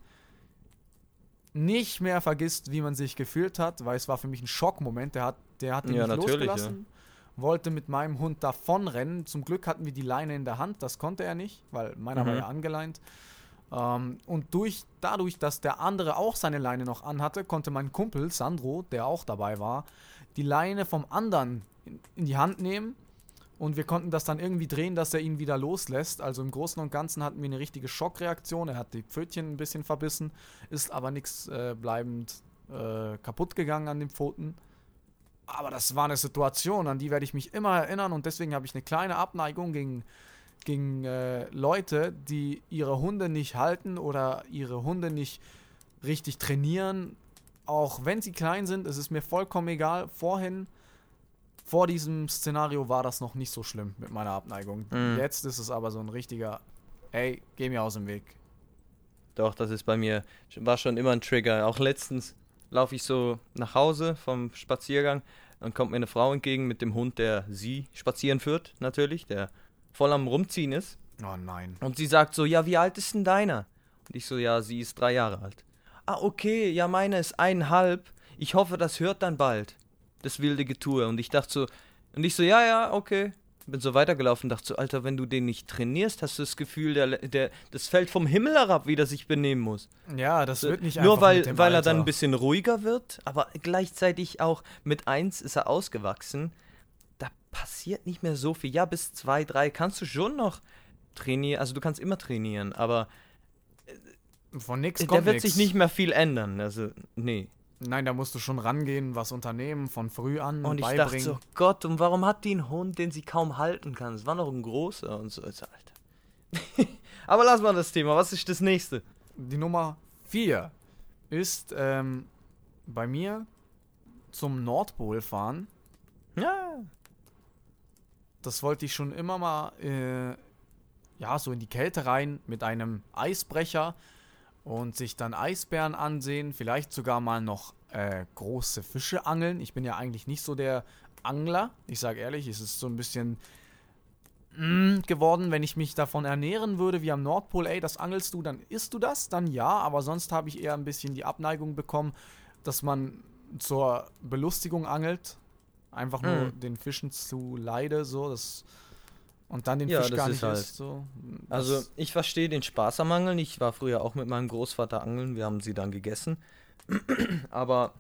nicht mehr vergisst, wie man sich gefühlt hat, weil es war für mich ein Schockmoment. Der hat, der hat ihn Ja, nicht natürlich, losgelassen, wollte mit meinem Hund davonrennen. Zum Glück hatten wir die Leine in der Hand, das konnte er nicht, weil meiner Mhm. war ja angeleint. Ähm, und durch, dadurch, dass der andere auch seine Leine noch anhatte, konnte mein Kumpel Sandro, der auch dabei war, die Leine vom anderen in, in die Hand nehmen und wir konnten das dann irgendwie drehen, dass er ihn wieder loslässt. Also im Großen und Ganzen hatten wir eine richtige Schockreaktion. Er hat die Pfötchen ein bisschen verbissen, ist aber nichts äh, bleibend äh, kaputt gegangen an den Pfoten. Aber das war eine Situation, an die werde ich mich immer erinnern und deswegen habe ich eine kleine Abneigung gegen, gegen äh, Leute, die ihre Hunde nicht halten oder ihre Hunde nicht richtig trainieren, auch wenn sie klein sind, es ist mir vollkommen egal. Vorhin, vor diesem Szenario war das noch nicht so schlimm mit meiner Abneigung. Mhm. Jetzt ist es aber so ein richtiger, ey, geh mir aus dem Weg. Doch, das ist bei mir, war schon immer ein Trigger. Auch letztens laufe ich so nach Hause vom Spaziergang, dann kommt mir eine Frau entgegen mit dem Hund, der sie spazieren führt, natürlich, der voll am Rumziehen ist. Oh nein. Und sie sagt so, ja, wie alt ist denn deiner? Und ich so, ja, sie ist drei Jahre alt. Ah, okay, ja, meine ist eineinhalb. Ich hoffe, das hört dann bald, das wilde Getue. Und ich dachte so, und ich so, ja, ja, okay. Bin so weitergelaufen und dachte so, Alter, wenn du den nicht trainierst, hast du das Gefühl, der, der, das fällt vom Himmel herab, wie der sich benehmen muss. Ja, das wird nicht Nur einfach weil, mit dem weil er Alter. dann ein bisschen ruhiger wird, aber gleichzeitig auch mit eins ist er ausgewachsen. Da passiert nicht mehr so viel. Ja, bis zwei, drei kannst du schon noch trainieren, also du kannst immer trainieren, aber Von nix kommt der wird nix. sich nicht mehr viel ändern. Also, nee. Nein, da musst du schon rangehen, was unternehmen, von früh an Und ich beibringen. dachte so, Gott, und warum hat die einen Hund, den sie kaum halten kann? Es war noch ein großer und so. Also, Alter. Aber lass mal das Thema. Was ist das nächste? Die Nummer vier ist ähm, bei mir zum Nordpol fahren. Ja. Das wollte ich schon immer mal, äh, ja, so in die Kälte rein mit einem Eisbrecher und sich dann Eisbären ansehen, vielleicht sogar mal noch äh, große Fische angeln. Ich bin ja eigentlich nicht so der Angler. Ich sage ehrlich, es ist so ein bisschen mm, geworden, wenn ich mich davon ernähren würde wie am Nordpol, ey, das angelst du, dann isst du das, dann ja, aber sonst habe ich eher ein bisschen die Abneigung bekommen, dass man zur Belustigung angelt, einfach nur Mhm. den Fischen zu leide, so, das und dann den Ja, Fisch das gar ist nicht halt- isst, so. Also, Das- ich verstehe den Spaß am Angeln. Ich war früher auch mit meinem Großvater angeln. Wir haben sie dann gegessen. Aber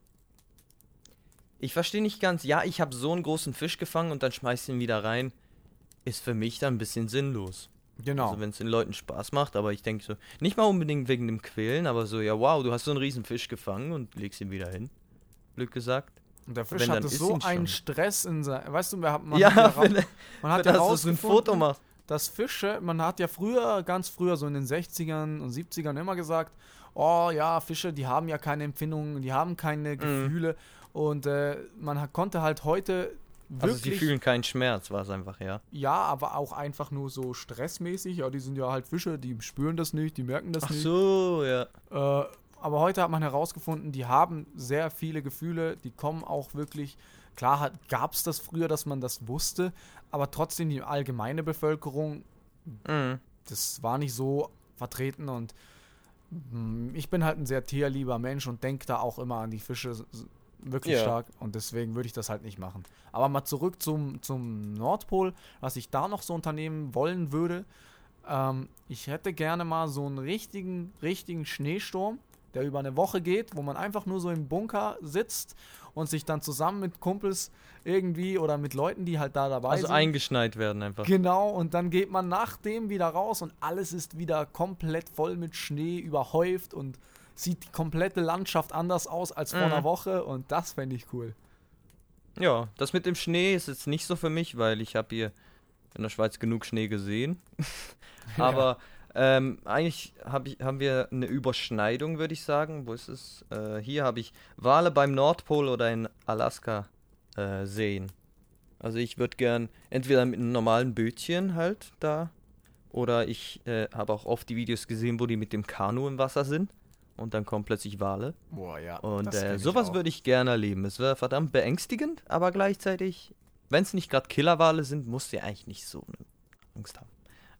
ich verstehe nicht ganz. Ja, ich habe so einen großen Fisch gefangen und dann schmeiß ihn wieder rein. Ist für mich dann ein bisschen sinnlos. genau. Also, wenn es den Leuten Spaß macht. Aber ich denke so, nicht mal unbedingt wegen dem Quälen, aber so, ja, wow, du hast so einen riesen Fisch gefangen und legst ihn wieder hin. Blöd gesagt. Und der Fisch wenn, dann hatte isst so ihn einen schon. Stress in sein, weißt du, wir haben, man ja, hat ja, wenn, ra- man hat wenn ja dass du so ein Foto rausgefunden, machst. dass Fische, man hat ja früher, ganz früher, so in den sechzigern und siebzigern immer gesagt, oh ja, Fische, die haben ja keine Empfindungen, die haben keine Gefühle und äh, man hat, konnte halt heute Also, sie wirklich, fühlen keinen Schmerz, war es einfach, ja. ja, aber auch einfach nur so stressmäßig, ja, die sind ja halt Fische, die spüren das nicht, die merken das Ach nicht. so, ja. Äh, aber heute hat man herausgefunden, die haben sehr viele Gefühle, die kommen auch wirklich, klar gab es das früher, dass man das wusste, aber trotzdem die allgemeine Bevölkerung, Mhm. das war nicht so vertreten und mh, ich bin halt ein sehr tierlieber Mensch und denke da auch immer an die Fische s- s- wirklich Ja. stark und deswegen würde ich das halt nicht machen. Aber mal zurück zum, zum Nordpol, was ich da noch so unternehmen wollen würde, ähm, ich hätte gerne mal so einen richtigen, richtigen Schneesturm, der über eine Woche geht, wo man einfach nur so im Bunker sitzt und sich dann zusammen mit Kumpels irgendwie oder mit Leuten, die halt da dabei Also sind. eingeschneit werden einfach. Genau, und dann geht man nach dem wieder raus und alles ist wieder komplett voll mit Schnee überhäuft und sieht die komplette Landschaft anders aus als vor Mhm. einer Woche und das fände ich cool. Ja, das mit dem Schnee ist jetzt nicht so für mich, weil ich habe hier in der Schweiz genug Schnee gesehen. Aber ähm, eigentlich hab ich, haben wir eine Überschneidung, würde ich sagen. Wo ist es? Äh, hier habe ich Wale beim Nordpol oder in Alaska äh, sehen. Also ich würde gern entweder mit einem normalen Bötchen halt da, oder ich äh, habe auch oft die Videos gesehen, wo die mit dem Kanu im Wasser sind und dann kommen plötzlich Wale. Boah, ja. Und das äh, fänd ich sowas auch. würde ich gerne erleben. Es wäre verdammt beängstigend, aber gleichzeitig, wenn es nicht gerade Killerwale sind, musst du ja eigentlich nicht so eine Angst haben.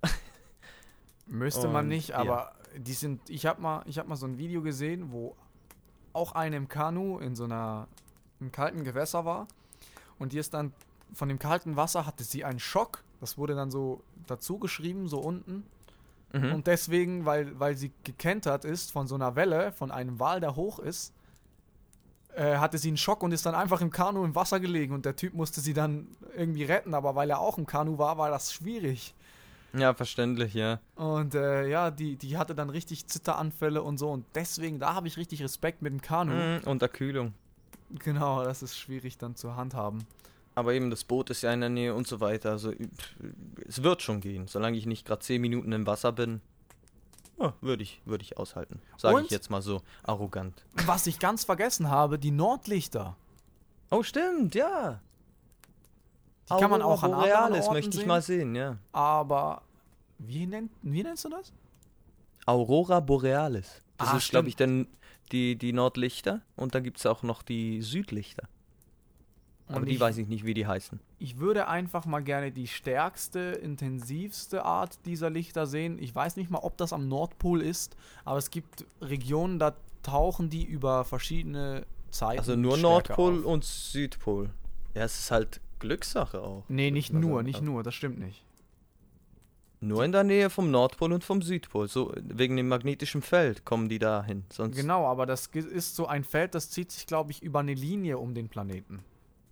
Müsste man Und, nicht, ja. aber die sind, ich habe mal, ich habe mal so ein Video gesehen, wo auch eine im Kanu in so einer, im kalten Gewässer war und die ist dann, von dem kalten Wasser hatte sie einen Schock, das wurde dann so dazu geschrieben, so unten Mhm. und deswegen, weil, weil sie gekentert ist von so einer Welle, von einem Wal, der hoch ist, äh, hatte sie einen Schock und ist dann einfach im Kanu im Wasser gelegen und der Typ musste sie dann irgendwie retten, aber weil er auch im Kanu war, war das schwierig. Ja, verständlich, ja. Und äh, ja, die, die hatte dann richtig Zitteranfälle und so. Und deswegen, da habe ich richtig Respekt mit dem Kanu. Mhm, Unterkühlung. Genau, das ist schwierig dann zu handhaben. Aber eben das Boot ist ja in der Nähe und so weiter. Also pff, es wird schon gehen, solange ich nicht gerade zehn Minuten im Wasser bin. Ja, würde ich, würde ich aushalten. Sage Und? ich jetzt mal so arrogant. Was ich ganz vergessen habe, die Nordlichter. Oh, stimmt, ja. Die kann man auch an anderen Borealis Orten möchte ich sehen. mal sehen, ja. Aber wie, nennt, wie nennst du das? Aurora Borealis. Das Ah, ist, glaube stimmt. ich, dann die, die Nordlichter. Und dann gibt es auch noch die Südlichter. Aber Und die ich, weiß ich nicht, wie die heißen. ich würde einfach mal gerne die stärkste, intensivste Art dieser Lichter sehen. Ich weiß nicht mal, ob das am Nordpol ist, aber es gibt Regionen, da tauchen die über verschiedene Zeiten. Also nur stärker Nordpol auf. und Südpol. Ja, es ist halt Glückssache auch. Nee, würd nicht ich mal nur, sagen. nicht nur, das stimmt nicht. Nur in der Nähe vom Nordpol und vom Südpol. So wegen dem magnetischen Feld kommen die da hin. Sonst Genau, aber das ge- ist so ein Feld, das zieht sich, glaube ich, über eine Linie um den Planeten.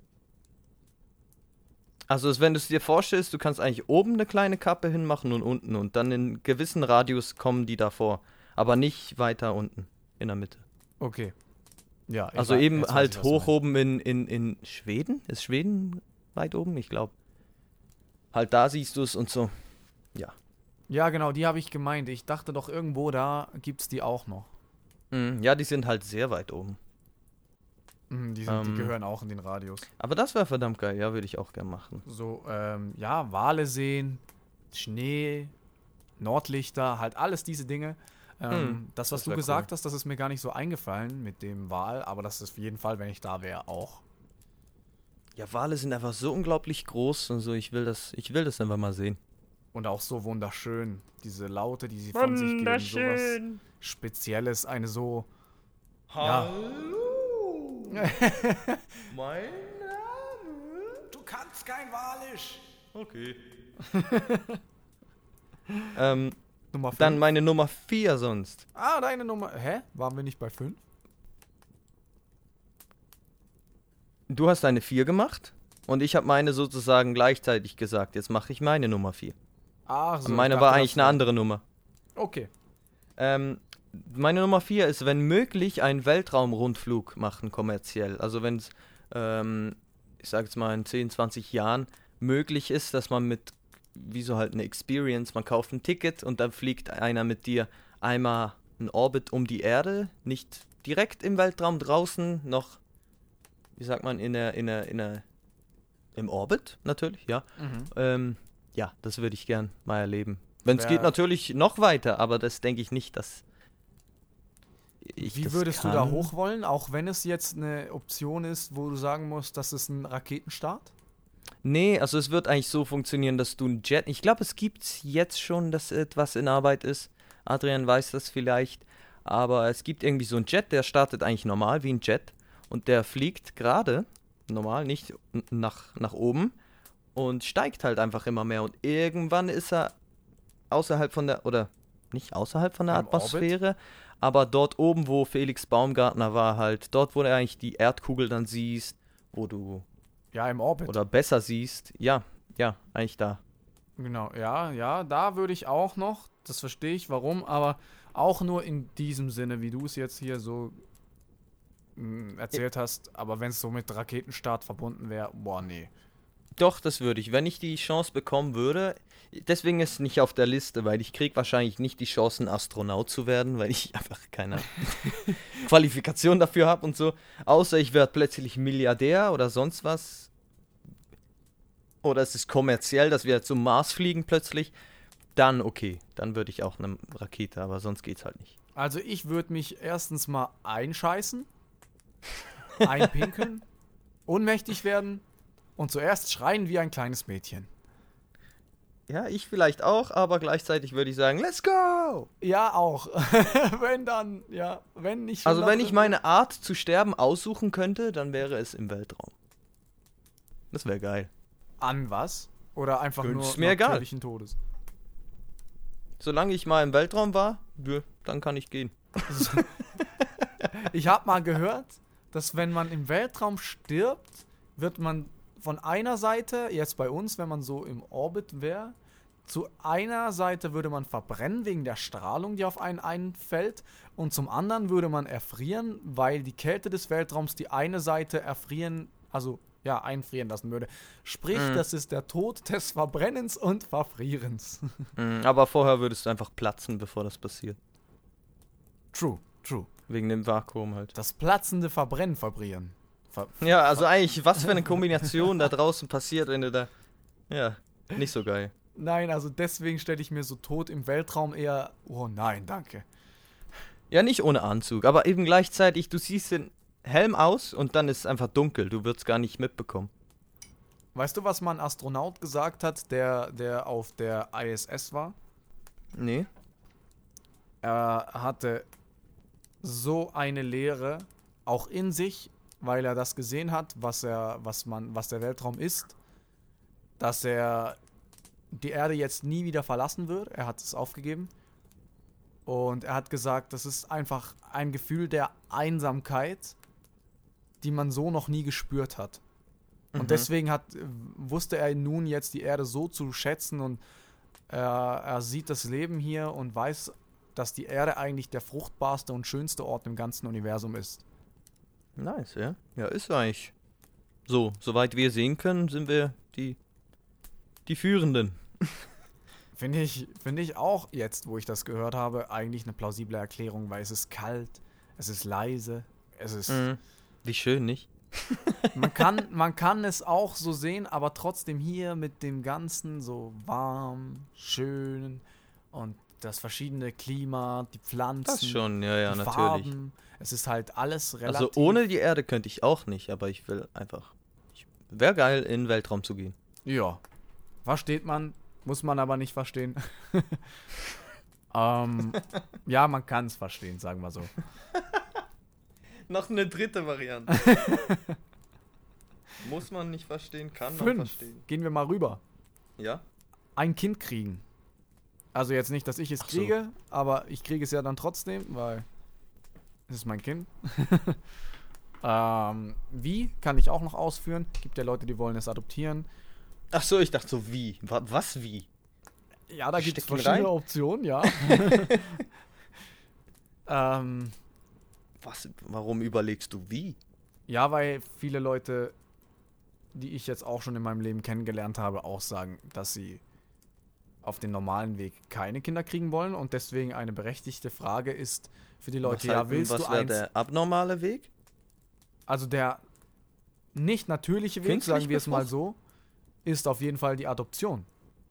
Also es- wenn du es dir vorstellst, du kannst eigentlich oben eine kleine Kappe hinmachen und unten. Und dann in gewissen Radius kommen die davor. Aber nicht weiter unten, in der Mitte. Okay. Ja, ich Also wei- eben jetzt weiß halt ich, was du hoch meinst. oben in, in, in Schweden? Ist Schweden weit oben? Ich glaube. Halt da siehst du es und so. Ja, genau, die habe ich gemeint. Ich dachte doch, irgendwo da gibt es die auch noch. Mhm, ja, die sind halt sehr weit oben. Mhm, die, sind, die Ähm. gehören auch in den Radius. Aber das wäre verdammt geil. Ja, würde ich auch gern machen. So, ähm, ja, Wale sehen, Schnee, Nordlichter, halt alles diese Dinge. Ähm, Hm, das, was das du wär gesagt hast, das ist mir gar nicht so eingefallen mit dem Wal, aber das ist auf jeden Fall, wenn ich da wäre, auch. Ja, Wale sind einfach so unglaublich groß und so. Ich will das, ich will das einfach mal sehen. Und auch so wunderschön. Diese Laute, die sie von sich geben, sowas Spezielles, eine so. Ja. Hallo! Mein Name? Du kannst kein Walisch! Okay. ähm, Nummer fünf. dann meine Nummer vier sonst. Ah, deine Nummer. Hä? Waren wir nicht bei fünf? Du hast eine vier gemacht und ich habe meine sozusagen gleichzeitig gesagt. Jetzt mache ich meine Nummer vier. Ach so. meine ich war dachte, eigentlich das eine wär- andere Nummer. Okay. Ähm, meine Nummer vier ist, wenn möglich, einen Weltraumrundflug machen, kommerziell. Also wenn es, ähm, ich sage jetzt mal in zehn, zwanzig Jahren möglich ist, dass man mit, wie so halt eine Experience, man kauft ein Ticket und dann fliegt einer mit dir einmal einen Orbit um die Erde, nicht direkt im Weltraum draußen, noch, wie sagt man, in der, in der, in der, im Orbit natürlich, ja. Mhm. Ähm, ja, das würde ich gern mal erleben. Wenn es Wär- geht, natürlich noch weiter, aber das denke ich nicht, dass ich Wie das würdest kann. du da hoch wollen, auch wenn es jetzt eine Option ist, wo du sagen musst, das ist ein Raketenstart? Nee, also es wird eigentlich so funktionieren, dass du ein Jet. Ich glaube, es gibt jetzt schon, dass etwas in Arbeit ist. Adrian weiß das vielleicht. Aber es gibt irgendwie so einen Jet, der startet eigentlich normal wie ein Jet. Und der fliegt gerade, normal, nicht n- nach, nach oben. Und steigt halt einfach immer mehr. Und irgendwann ist er außerhalb von der, oder nicht außerhalb von der Im Orbit? Atmosphäre, aber dort oben, wo Felix Baumgartner war, halt, dort, wo du eigentlich die Erdkugel dann siehst, wo du, Ja, im Orbit. oder besser siehst, ja, ja, eigentlich da. Genau, ja, ja, da würde ich auch noch, das verstehe ich, warum, aber auch nur in diesem Sinne, wie du es jetzt hier so mh, erzählt hast, aber wenn es so mit Raketenstart verbunden wäre, boah, nee. Doch, das würde ich, wenn ich die Chance bekommen würde. Deswegen ist es nicht auf der Liste, weil ich kriege wahrscheinlich nicht die Chance, ein Astronaut zu werden, weil ich einfach keine Qualifikation dafür habe und so. Außer ich werde plötzlich Milliardär oder sonst was. Oder es ist kommerziell, dass wir zum Mars fliegen plötzlich. Dann okay, dann würde ich auch eine Rakete, aber sonst geht's halt nicht. Also ich würde mich erstens mal einscheißen, einpinkeln, ohnmächtig werden und zuerst schreien wie ein kleines Mädchen. Ja, ich vielleicht auch, aber gleichzeitig würde ich sagen, let's go! Ja, auch. Wenn dann, ja, wenn nicht. Also wenn ich meine Art zu sterben aussuchen könnte, dann wäre es im Weltraum. Das wäre geil. An was? Oder einfach Ist nur mir egal. natürlichen Todes? Solange ich mal im Weltraum war, ja, dann kann ich gehen. Ich habe mal gehört, dass wenn man im Weltraum stirbt, wird man von einer Seite, jetzt bei uns, wenn man so im Orbit wäre, zu einer Seite würde man verbrennen wegen der Strahlung, die auf einen einfällt, und zum anderen würde man erfrieren, weil die Kälte des Weltraums die eine Seite erfrieren, also ja, einfrieren lassen würde. Sprich, Mhm. das ist der Tod des Verbrennens und Verfrierens. Mhm, aber vorher würdest du einfach platzen, bevor das passiert. True, true. Wegen dem Vakuum halt. Das platzende Verbrennen, Verbrieren. Ver Ja, also eigentlich, was für eine Kombination da draußen passiert, wenn du da... Ja, nicht so geil. Nein, also deswegen stelle ich mir so Tod im Weltraum eher, oh nein, danke. Ja, nicht ohne Anzug, aber eben gleichzeitig, du siehst den Helm aus und dann ist es einfach dunkel. Du würdest gar nicht mitbekommen. Weißt du, was mal ein Astronaut gesagt hat, der, der auf der I S S war? Nee. Er hatte so eine Leere, auch in sich, weil er das gesehen hat, was er, was man, was der Weltraum ist, dass er die Erde jetzt nie wieder verlassen wird. Er hat es aufgegeben. Und er hat gesagt, das ist einfach ein Gefühl der Einsamkeit, die man so noch nie gespürt hat. Und Mhm. deswegen hat, wusste er nun jetzt die Erde so zu schätzen und er, er sieht das Leben hier und weiß, dass die Erde eigentlich der fruchtbarste und schönste Ort im ganzen Universum ist. Nice, ja. Ja, ist eigentlich so. Soweit wir sehen können, sind wir die, die Führenden. Finde ich, finde ich auch jetzt, wo ich das gehört habe, eigentlich eine plausible Erklärung, weil es ist kalt, es ist leise, es ist... Mhm. Wie schön, nicht? Man kann, man kann es auch so sehen, aber trotzdem hier mit dem Ganzen so warm, schön und das verschiedene Klima, die Pflanzen, Das schon, ja, ja, die natürlich. Farben. Es ist halt alles relativ... Also ohne die Erde könnte ich auch nicht, aber ich will einfach... Wäre geil, in den Weltraum zu gehen. Ja. Versteht man, muss man aber nicht verstehen. ähm, ja, man kann es verstehen, sagen wir so. Noch eine dritte Variante. Muss man nicht verstehen, kann man Fünf. verstehen. Gehen wir mal rüber. Ja? Ein Kind kriegen. Also jetzt nicht, dass ich es Ach so. kriege, aber ich kriege es ja dann trotzdem, weil es ist mein Kind. ähm, wie, kann ich auch noch ausführen. Gibt ja Leute, die wollen es adoptieren. Ach so, ich dachte so, wie? Wa- Was, wie? Ja, da gibt es Stecken verschiedene rein? Optionen, ja. ähm, Was? Warum überlegst du, wie? ja, weil viele Leute, die ich jetzt auch schon in meinem Leben kennengelernt habe, auch sagen, dass sie auf den normalen Weg keine Kinder kriegen wollen und deswegen eine berechtigte Frage ist für die Leute, was ja, halten- willst was du wär eins? der abnormale Weg? Also der nicht natürliche Weg, Künstlich sagen wir es mal befruchtet? so, ist auf jeden Fall die Adoption.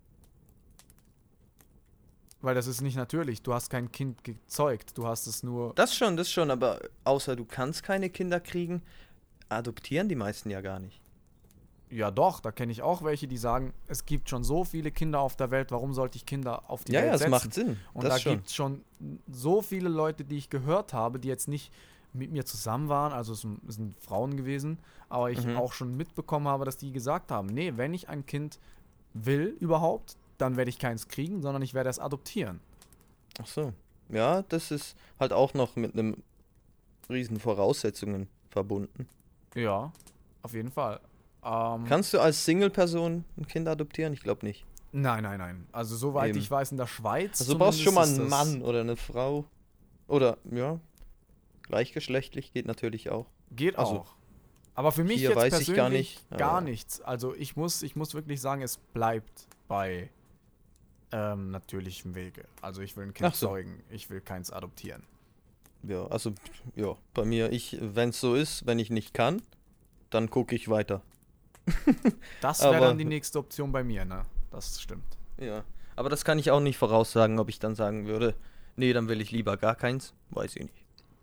Weil das ist nicht natürlich. Du hast kein Kind gezeugt. Du hast es nur... Das schon, das schon, aber außer du kannst keine Kinder kriegen, adoptieren die meisten ja gar nicht. Ja doch, da kenne ich auch welche, die sagen, es gibt schon so viele Kinder auf der Welt, warum sollte ich Kinder auf die Ja, Welt ja, es setzen? macht Sinn. Und das da schon. gibt es schon so viele Leute, die ich gehört habe, die jetzt nicht mit mir zusammen waren, also es sind- es sind Frauen gewesen, aber ich Mhm. auch schon mitbekommen habe, dass die gesagt haben, nee, wenn ich ein Kind will überhaupt, dann werde ich keins kriegen, sondern ich werde es adoptieren. Ach so. Ja, das ist halt auch noch mit einem riesen Voraussetzungen verbunden. Ja, auf jeden Fall. Ähm, Kannst du als Single-Person ein Kind adoptieren? Ich glaube nicht. nein, nein, nein. Also soweit Eben. ich weiß, in der Schweiz Also du brauchst schon mal einen zumindest ist das- Mann oder eine Frau. Oder, ja, gleichgeschlechtlich geht natürlich auch. Geht Also, auch. Aber für mich hier jetzt weiß persönlich ich gar nicht, gar aber- nichts. Also ich muss, ich muss wirklich sagen, es bleibt bei ähm, natürlichem Wege. Also ich will ein Kind Ach so. zeugen, ich will keins adoptieren. Ja, also, ja, bei mir, ich, wenn es so ist, wenn ich nicht kann, dann gucke ich weiter. Das wäre Aber- dann die nächste Option bei mir, ne? Das stimmt. Ja, aber das kann ich auch nicht voraussagen, ob ich dann sagen würde, nee, dann will ich lieber gar keins. Weiß ich nicht.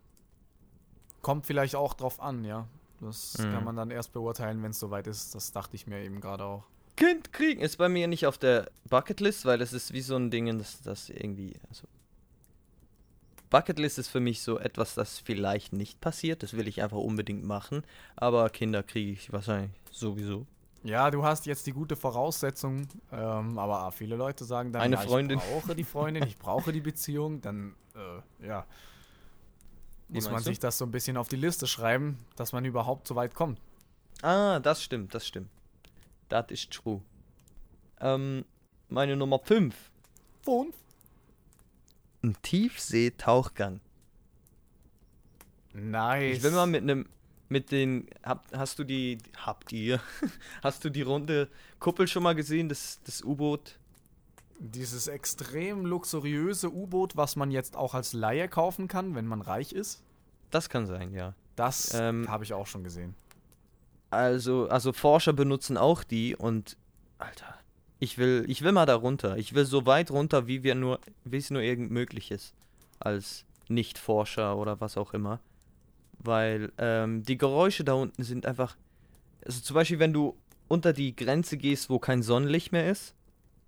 Kommt vielleicht auch drauf an, ja. Das Mhm. kann man dann erst beurteilen, wenn es soweit ist. Das dachte ich mir eben gerade auch. Kind kriegen ist bei mir nicht auf der Bucketlist, weil das ist wie so ein Ding, das, das irgendwie, also Bucketlist ist für mich so etwas, das vielleicht nicht passiert, das will ich einfach unbedingt machen, aber Kinder kriege ich wahrscheinlich sowieso. Ja, du hast jetzt die gute Voraussetzung, ähm, aber viele Leute sagen dann, Eine ja, Freundin. ich brauche die Freundin, ich brauche die Beziehung, dann, äh, ja, Wie muss man meinst du? sich das so ein bisschen auf die Liste schreiben, dass man überhaupt so weit kommt. Ah, das stimmt, das stimmt. Das ist true. Ähm, meine Nummer fünf. Und? Ein Tiefseetauchgang. Nice. Ich will mal mit einem mit den, hab, hast du die, habt ihr, hast du die runde Kuppel schon mal gesehen, das, das U-Boot? Dieses extrem luxuriöse U-Boot, was man jetzt auch als Laie kaufen kann, wenn man reich ist. Das kann sein, ja. Das Ähm, habe ich auch schon gesehen. Also, also Forscher benutzen auch die und, Alter, ich will, ich will mal da runter. Ich will so weit runter, wie wir nur, wie es nur irgend möglich ist. Als Nicht-Forscher oder was auch immer. Weil ähm, die Geräusche da unten sind einfach. Also zum Beispiel, wenn du unter die Grenze gehst, wo kein Sonnenlicht mehr ist,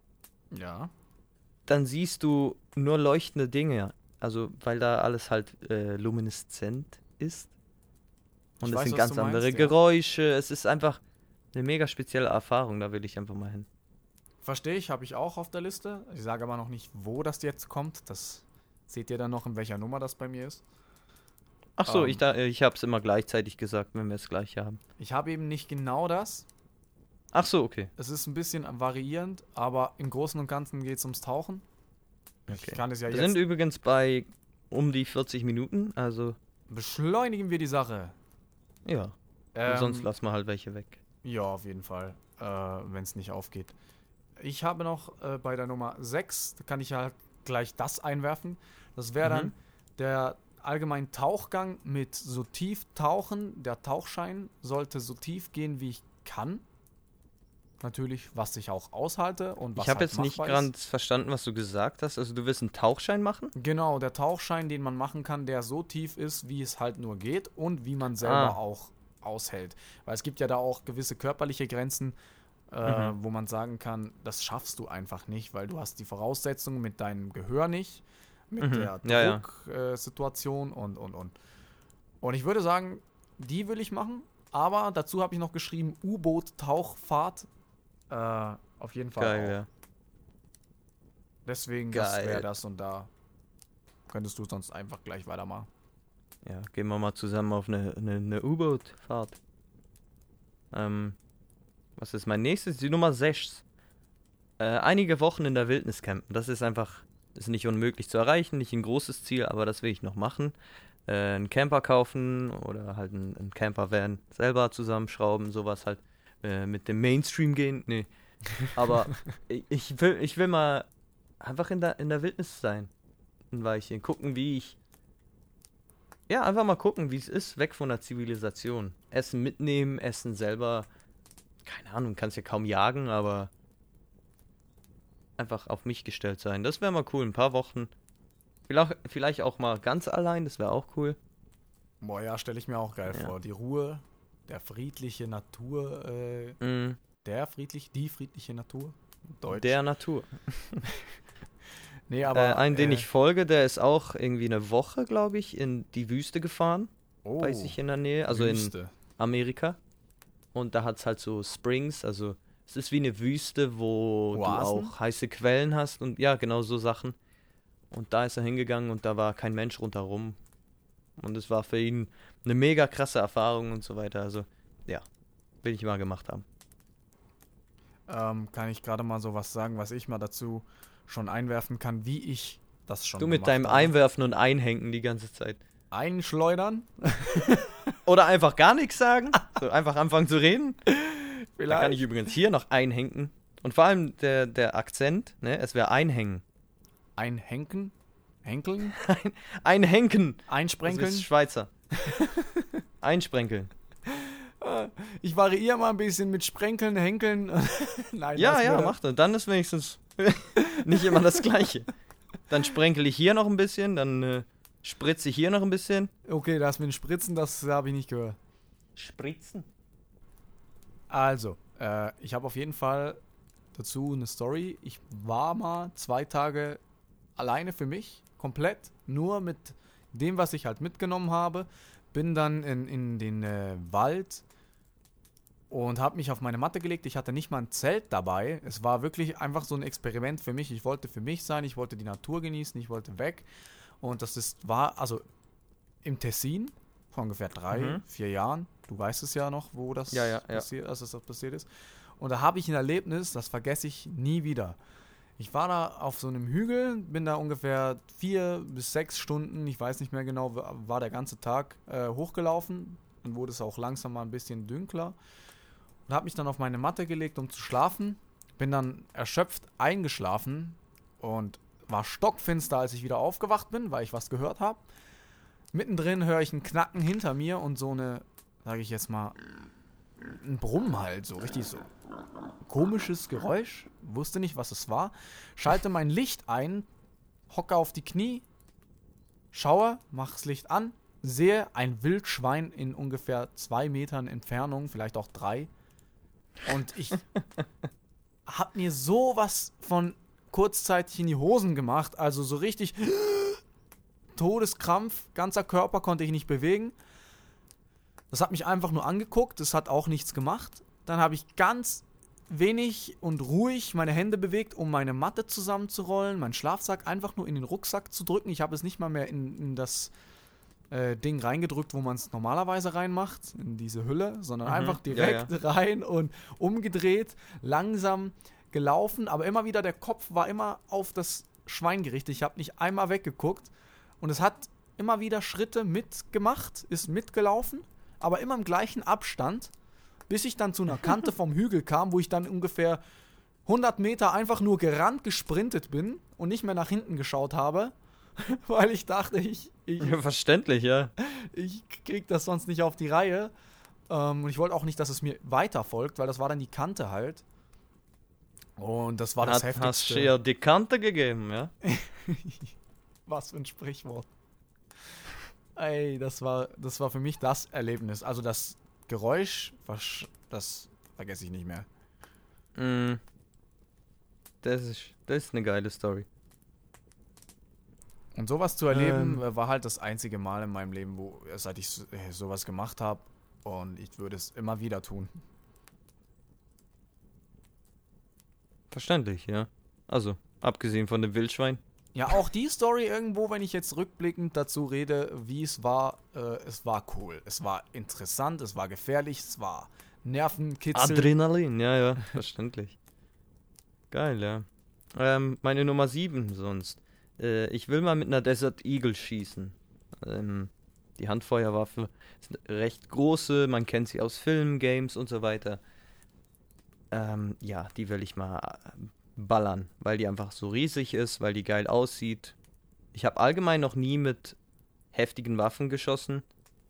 Ja. dann siehst du nur leuchtende Dinge. Also, weil da alles halt äh, lumineszent ist. Und Ich es weiß, sind was ganz du andere meinst, ja. Geräusche. Es ist einfach eine mega spezielle Erfahrung. Da will ich einfach mal hin. Verstehe ich, habe ich auch auf der Liste. Ich sage aber noch nicht, wo das jetzt kommt. Das seht ihr dann noch, in welcher Nummer das bei mir ist. Ach so, Ähm. ich, da, ich hab's immer gleichzeitig gesagt, wenn wir es gleich haben. Ich habe eben nicht genau das. Ach so, okay. Es ist ein bisschen variierend, aber im Großen und Ganzen geht es ums Tauchen. okay. Ich kann es ja Wir jetzt. sind übrigens bei um die vierzig Minuten, also Beschleunigen wir die Sache. ja. Und Ähm, sonst lassen wir halt welche weg. Ja, auf jeden Fall, äh, wenn es nicht aufgeht. Ich habe noch äh, bei der Nummer sechs, da kann ich ja gleich das einwerfen. Das wäre Mhm. dann der allgemein Tauchgang mit so tief tauchen. Der Tauchschein sollte so tief gehen, wie ich kann. Natürlich, was ich auch aushalte und was Ich habe halt jetzt nicht machbar ist. ganz verstanden, was du gesagt hast. Also du willst einen Tauchschein machen? Genau, der Tauchschein, den man machen kann, der so tief ist, wie es halt nur geht und wie man selber Ah. auch aushält. Weil es gibt ja da auch gewisse körperliche Grenzen, äh, Mhm. wo man sagen kann, das schaffst du einfach nicht, weil du hast die Voraussetzungen mit deinem Gehör nicht, mit Mhm. der Ja, ja. Drucksituation und, und, und. Und ich würde sagen, die will ich machen, aber dazu habe ich noch geschrieben, U-Boot-Tauchfahrt. Äh, auf jeden Fall Geil, auch. ja. Deswegen, das Geil. wäre das und da könntest du sonst einfach gleich weitermachen. Ja, gehen wir mal zusammen auf eine, eine, eine U-Boot-Fahrt. Ähm, was ist mein nächstes? Die Nummer sechs. Äh, einige Wochen in der Wildnis campen. Das ist einfach, ist nicht unmöglich zu erreichen, nicht ein großes Ziel, aber das will ich noch machen. Äh, einen Camper kaufen oder halt einen, einen Camper-Van selber zusammenschrauben, sowas halt äh, mit dem Mainstream gehen. Nee. Aber ich, ich will, ich will mal einfach in der, in der Wildnis sein. Ein Weilchen. Gucken, wie ich. Ja, einfach mal gucken, wie es ist, weg von der Zivilisation. Essen mitnehmen, Essen selber. Keine Ahnung, kannst ja kaum jagen, aber einfach auf mich gestellt sein. Das wäre mal cool, ein paar Wochen. Vielleicht, vielleicht auch mal ganz allein, das wäre auch cool. Boah, ja, stelle ich mir auch geil Ja. vor. Die Ruhe, der friedliche Natur, äh, Mm, der friedlich, die friedliche Natur. Deutsch. der Natur. nee, Äh, aber, einen, den äh, ich folge, der ist auch irgendwie eine Woche, glaube ich, in die Wüste gefahren. oh, Weiß ich, in der Nähe, also in Wüste. Amerika. Und da hat es halt so Springs, also es ist wie eine Wüste, wo Oasen? du auch heiße Quellen hast und ja, genau so Sachen. Und da ist er hingegangen und da war kein Mensch rundherum. Und es war für ihn eine mega krasse Erfahrung und so weiter. Also, ja, will ich mal gemacht haben. Ähm, kann ich gerade mal so was sagen, was ich mal dazu schon einwerfen kann, wie ich das schon Du mit gemacht deinem habe. Einwerfen und Einhängen die ganze Zeit. Einschleudern? Oder einfach gar nichts sagen. So einfach anfangen zu reden. Da kann ich übrigens hier noch einhängen. Und vor allem der, der Akzent, ne, es wäre einhängen. Einhenken? Henkeln? Einhenken. Das Einsprenkeln? ist Schweizer. Einsprenkeln. Ich variiere mal ein bisschen mit Sprenkeln, Henkeln. Nein, Ja, lass ja, mir- mach das. Dann ist wenigstens nicht immer das Gleiche. Dann sprenkel ich hier noch ein bisschen, dann äh, spritze ich hier noch ein bisschen. Okay, das mit den Spritzen, das habe ich nicht gehört. Spritzen? Also, äh, ich habe auf jeden Fall dazu eine Story. Ich war mal zwei Tage alleine für mich, komplett, nur mit dem, was ich halt mitgenommen habe. Bin dann in, in den äh, Wald und habe mich auf meine Matte gelegt. Ich hatte nicht mal ein Zelt dabei. Es war wirklich einfach so ein Experiment für mich. Ich wollte für mich sein, ich wollte die Natur genießen, ich wollte weg. Und das ist, war, also im Tessin, vor ungefähr drei, Mhm. vier Jahren. Du weißt es ja noch, wo das Ja, ja, ja. passiert, also das passiert ist. Und da habe ich ein Erlebnis, das vergesse ich nie wieder. Ich war da auf so einem Hügel, bin da ungefähr vier bis sechs Stunden, ich weiß nicht mehr genau, war der ganze Tag äh, hochgelaufen, Dann wurde es auch langsam mal ein bisschen dünkler. Und habe mich dann auf meine Matte gelegt, um zu schlafen. Bin dann erschöpft eingeschlafen und war stockfinster, als ich wieder aufgewacht bin, weil ich was gehört habe. Mittendrin höre ich ein Knacken hinter mir und so eine, sage ich jetzt mal, ein Brummen halt, so richtig so komisches Geräusch. Wusste nicht, was es war. Schalte mein Licht ein, hocke auf die Knie, schaue, mach das Licht an, sehe ein Wildschwein in ungefähr zwei Metern Entfernung, vielleicht auch drei. Und ich hab mir sowas von kurzzeitig in die Hosen gemacht, also so richtig Todeskrampf, ganzer Körper konnte ich nicht bewegen. Das hat mich einfach nur angeguckt, das hat auch nichts gemacht. Dann habe ich ganz wenig und ruhig meine Hände bewegt, um meine Matte zusammenzurollen, meinen Schlafsack einfach nur in den Rucksack zu drücken. Ich habe es nicht mal mehr in, in das äh, Ding reingedrückt, wo man es normalerweise reinmacht, in diese Hülle, sondern mhm, einfach direkt ja, ja. rein und umgedreht, langsam gelaufen, aber immer wieder, der Kopf war immer auf das Schwein gerichtet. Ich habe nicht einmal weggeguckt und es hat immer wieder Schritte mitgemacht, ist mitgelaufen, aber immer im gleichen Abstand, bis ich dann zu einer Kante vom Hügel kam, wo ich dann ungefähr hundert Meter einfach nur gerannt, gesprintet bin und nicht mehr nach hinten geschaut habe, weil ich dachte, ich, ich ja, verständlich, ja. Ich krieg das sonst nicht auf die Reihe. Ähm, und ich wollte auch nicht, dass es mir weiter folgt, weil das war dann die Kante halt. Und das war das Hat, Heftigste. Hast du ja die Kante gegeben, ja? Was für ein Sprichwort. Ey, das war, das war für mich das Erlebnis. Also das Geräusch, das vergesse ich nicht mehr. Mm. Das ist, das ist eine geile Story. Und sowas zu erleben, ähm. war halt das einzige Mal in meinem Leben, wo seit ich sowas gemacht habe. Und ich würde es immer wieder tun. Verständlich, ja. Also, abgesehen von dem Wildschwein. Ja, auch die Story irgendwo, wenn ich jetzt rückblickend dazu rede, wie es war, äh, es war cool. Es war interessant, es war gefährlich, es war Nervenkitzel. Adrenalin, ja, ja, verständlich. Geil, ja. Ähm, meine Nummer sieben sonst. Äh, ich will mal mit einer Desert Eagle schießen. Ähm, die Handfeuerwaffe ist eine recht große, man kennt sie aus Filmen, Games und so weiter. Ähm, ja, die will ich mal ballern, weil die einfach so riesig ist, weil die geil aussieht. Ich habe allgemein noch nie mit heftigen Waffen geschossen.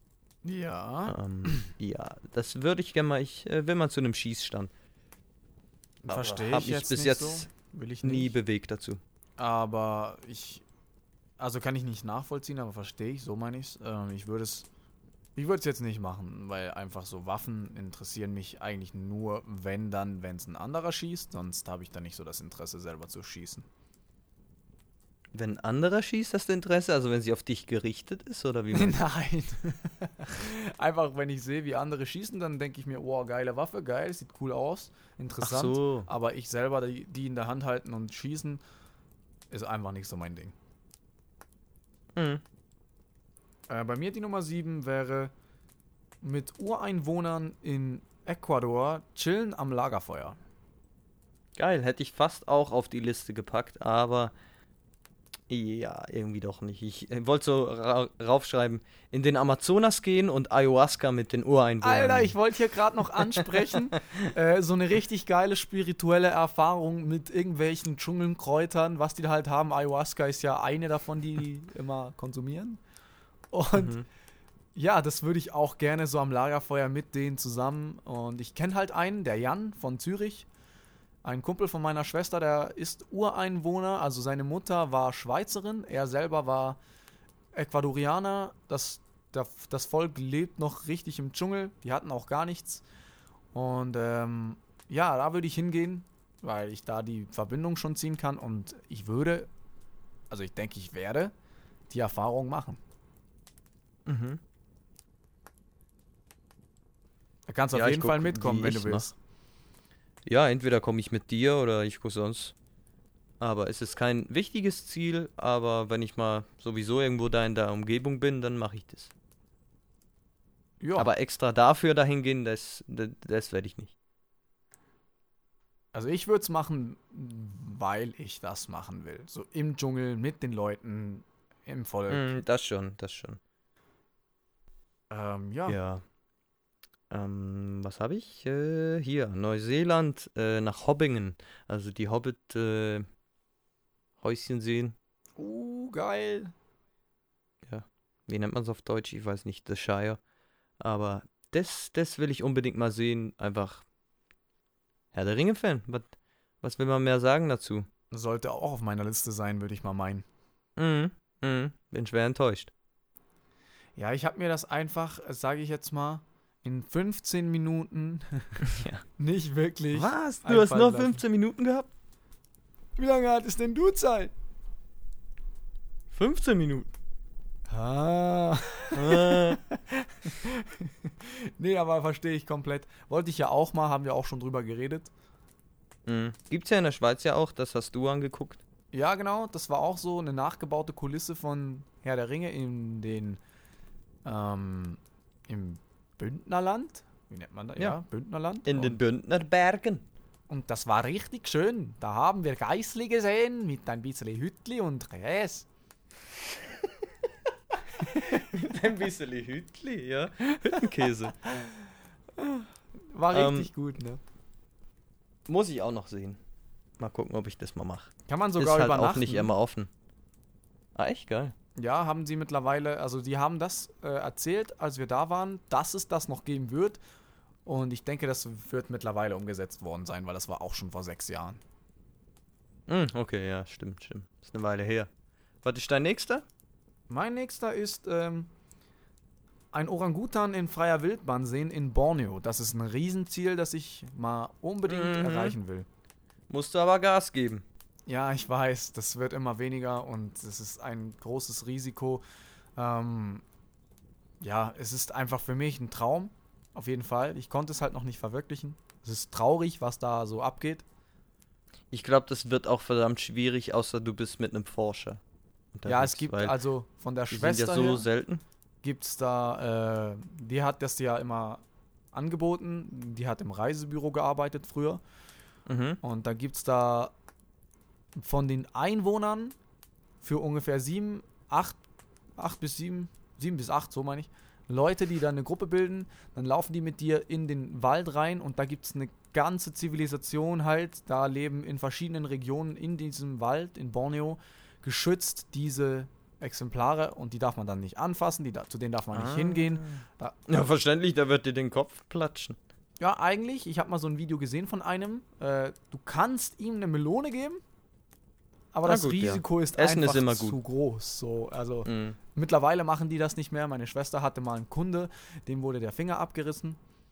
Ja. Ähm, ja, das würde ich gerne mal, ich äh, will mal zu einem Schießstand. Verstehe ich jetzt bis nicht jetzt so. Will ich nie nicht. bewegt dazu. Aber ich, also kann ich nicht nachvollziehen, aber verstehe ich, so meine ich es. Ähm, ich würde es Ich würde es jetzt nicht machen, weil einfach so Waffen interessieren mich eigentlich nur, wenn dann, wenn es ein anderer schießt. Sonst habe ich dann nicht so das Interesse, selber zu schießen. Wenn ein anderer schießt, hast du Interesse? Also wenn sie auf dich gerichtet ist, oder wie? Man Nein. Einfach, wenn ich sehe, wie andere schießen, dann denke ich mir, wow, geile Waffe, geil, sieht cool aus, interessant. Ach so. Aber ich selber, die, die in der Hand halten und schießen, ist einfach nicht so mein Ding. Hm. Äh, bei mir die Nummer sieben wäre mit Ureinwohnern in Ecuador chillen am Lagerfeuer. Geil, hätte ich fast auch auf die Liste gepackt, aber ja, irgendwie doch nicht. Ich äh, wollte so ra- raufschreiben, in den Amazonas gehen und Ayahuasca mit den Ureinwohnern. Alter, ich wollte hier gerade noch ansprechen, äh, so eine richtig geile spirituelle Erfahrung mit irgendwelchen Dschungelkräutern, was die da halt haben. Ayahuasca ist ja eine davon, die die immer konsumieren. Und mhm. ja, das würde ich auch gerne so am Lagerfeuer mit denen zusammen. Und ich kenne halt einen, der Jan von Zürich, ein Kumpel von meiner Schwester, der ist Ureinwohner. Also seine Mutter war Schweizerin, er selber war Ecuadorianer. Das, das, das Volk lebt noch richtig im Dschungel, die hatten auch gar nichts. Und ähm, ja, da würde ich hingehen, weil ich da die Verbindung schon ziehen kann. Und ich würde, also ich denke, ich werde die Erfahrung machen. Mhm. Da kannst du ja, auf jeden guck, Fall mitkommen, wenn du willst. Mach. Ja, entweder komme ich mit dir oder ich gucke sonst. Aber es ist kein wichtiges Ziel, aber wenn ich mal sowieso irgendwo da in der Umgebung bin, dann mache ich das. Ja. Aber extra dafür dahin gehen, das, das, das werde ich nicht. Also ich würde es machen, weil ich das machen will. So im Dschungel, mit den Leuten, im Volk. Mm, das schon, das schon. Ähm, ja. Ja. Ähm, was habe ich? Äh, hier, Neuseeland, äh, nach Hobbingen. Also die Hobbit-Häuschen sehen. Uh, geil. Ja, wie nennt man es auf Deutsch? Ich weiß nicht, The Shire. Aber das, das will ich unbedingt mal sehen. Einfach Herr der Ringe-Fan. Was, was will man mehr sagen dazu? Sollte auch auf meiner Liste sein, würde ich mal meinen. Mhm, mhm, bin schwer enttäuscht. Ja, ich habe mir das einfach, sage ich jetzt mal, in fünfzehn Minuten Ja. nicht wirklich. Was? Du hast einfallen noch lassen. fünfzehn Minuten gehabt? Wie lange hat es denn du Zeit? fünfzehn Minuten. Ah. Ah. Nee, aber verstehe ich komplett. Wollte ich ja auch mal, haben wir auch schon drüber geredet. Mhm. Gibt's ja in der Schweiz ja auch, das hast du angeguckt. Ja, genau, das war auch so eine nachgebaute Kulisse von Herr der Ringe in den, ähm, im Bündnerland. Wie nennt man das? Ja. Ja, Bündnerland. In den Und, Bündner Bergen. und das war richtig schön. Da haben wir Geißli gesehen mit ein bisschen Hütli und Käse. Ein bisschen Hütli, ja. Hüttenkäse. War Ähm, richtig gut, ne? Muss ich auch noch sehen. Mal gucken, ob ich das mal mache. Kann man Ist sogar halt übernachten. auch nicht immer offen. Ah, echt geil. Ja, haben sie mittlerweile, also die haben das äh, erzählt, als wir da waren, dass es das noch geben wird. Und ich denke, das wird mittlerweile umgesetzt worden sein, weil das war auch schon vor sechs Jahren. Hm, okay, ja, stimmt, stimmt. Ist eine Weile her. Was ist dein nächster? Mein nächster ist ähm, ein Orangutan in freier Wildbahn sehen in Borneo. Das ist ein Riesenziel, das ich mal unbedingt Mhm. erreichen will. Musst du aber Gas geben. Ja, ich weiß, das wird immer weniger und es ist ein großes Risiko. Ähm, ja, es ist einfach für mich ein Traum, auf jeden Fall. Ich konnte es halt noch nicht verwirklichen. Es ist traurig, was da so abgeht. Ich glaube, das wird auch verdammt schwierig, außer du bist mit einem Forscher unterwegs. Ja, es gibt weil also von der die sind Schwester ja so her, selten. gibt's da, äh, die hat das ja immer angeboten. Die hat im Reisebüro gearbeitet früher. Mhm. Und da gibt es da von den Einwohnern für ungefähr sieben, acht, acht bis sieben, sieben bis acht, so meine ich, Leute, die dann eine Gruppe bilden, dann laufen die mit dir in den Wald rein und da gibt es eine ganze Zivilisation halt, da leben in verschiedenen Regionen in diesem Wald, in Borneo, geschützt diese Exemplare und die darf man dann nicht anfassen, die da, zu denen darf man nicht Ah. hingehen. Da, Ja, verständlich, da wird dir den Kopf platschen. Ja, eigentlich. Ich habe mal so ein Video gesehen von einem. Äh, du kannst ihm eine Melone geben, aber Na das gut, ja. Risiko ist Essen einfach ist immer zu gut. groß. So, also Mhm. mittlerweile machen die das nicht mehr. Meine Schwester hatte mal einen Kunde, dem wurde der Finger abgerissen.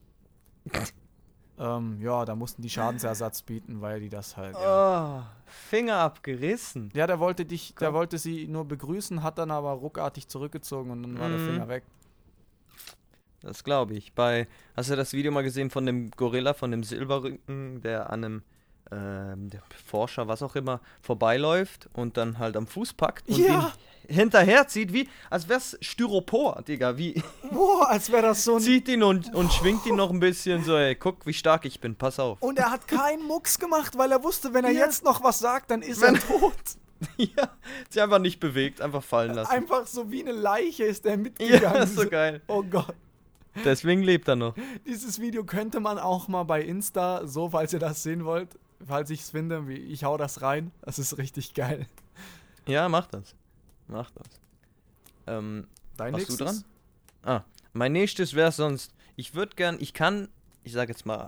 ähm, ja, da mussten die Schadensersatz bieten, weil die das halt. Ja, Oh, Finger abgerissen. ja der wollte dich, der Gott. wollte sie nur begrüßen, hat dann aber ruckartig zurückgezogen und dann war der Mhm. Finger weg. Das glaube ich. Bei, hast du das Video mal gesehen von dem Gorilla, von dem Silberrücken, der an einem ähm, der Forscher, was auch immer, vorbeiläuft und dann halt am Fuß packt und Ja. ihn hinterherzieht, wie, als wär's Styropor, Digga, wie, Boah, als wäre das so ein. zieht ihn und, und schwingt ihn noch ein bisschen so, ey, guck, wie stark ich bin, pass auf. Und er hat keinen Mucks gemacht, weil er wusste, wenn er Ja. jetzt noch was sagt, dann ist Wenn- er tot. Ja, sie einfach nicht bewegt, einfach fallen lassen. Einfach so wie eine Leiche ist er Ja, mitgegangen. ist so geil. Oh Gott. Deswegen lebt er noch. Dieses Video könnte man auch mal bei Insta, so falls ihr das sehen wollt, falls ich es finde, wie- ich hau das rein. Das ist richtig geil. Ja, mach das. Mach das. Ähm, Dein Warst du nächstes? dran? Ah, mein nächstes wäre sonst, ich würde gern, ich kann, ich sag jetzt mal,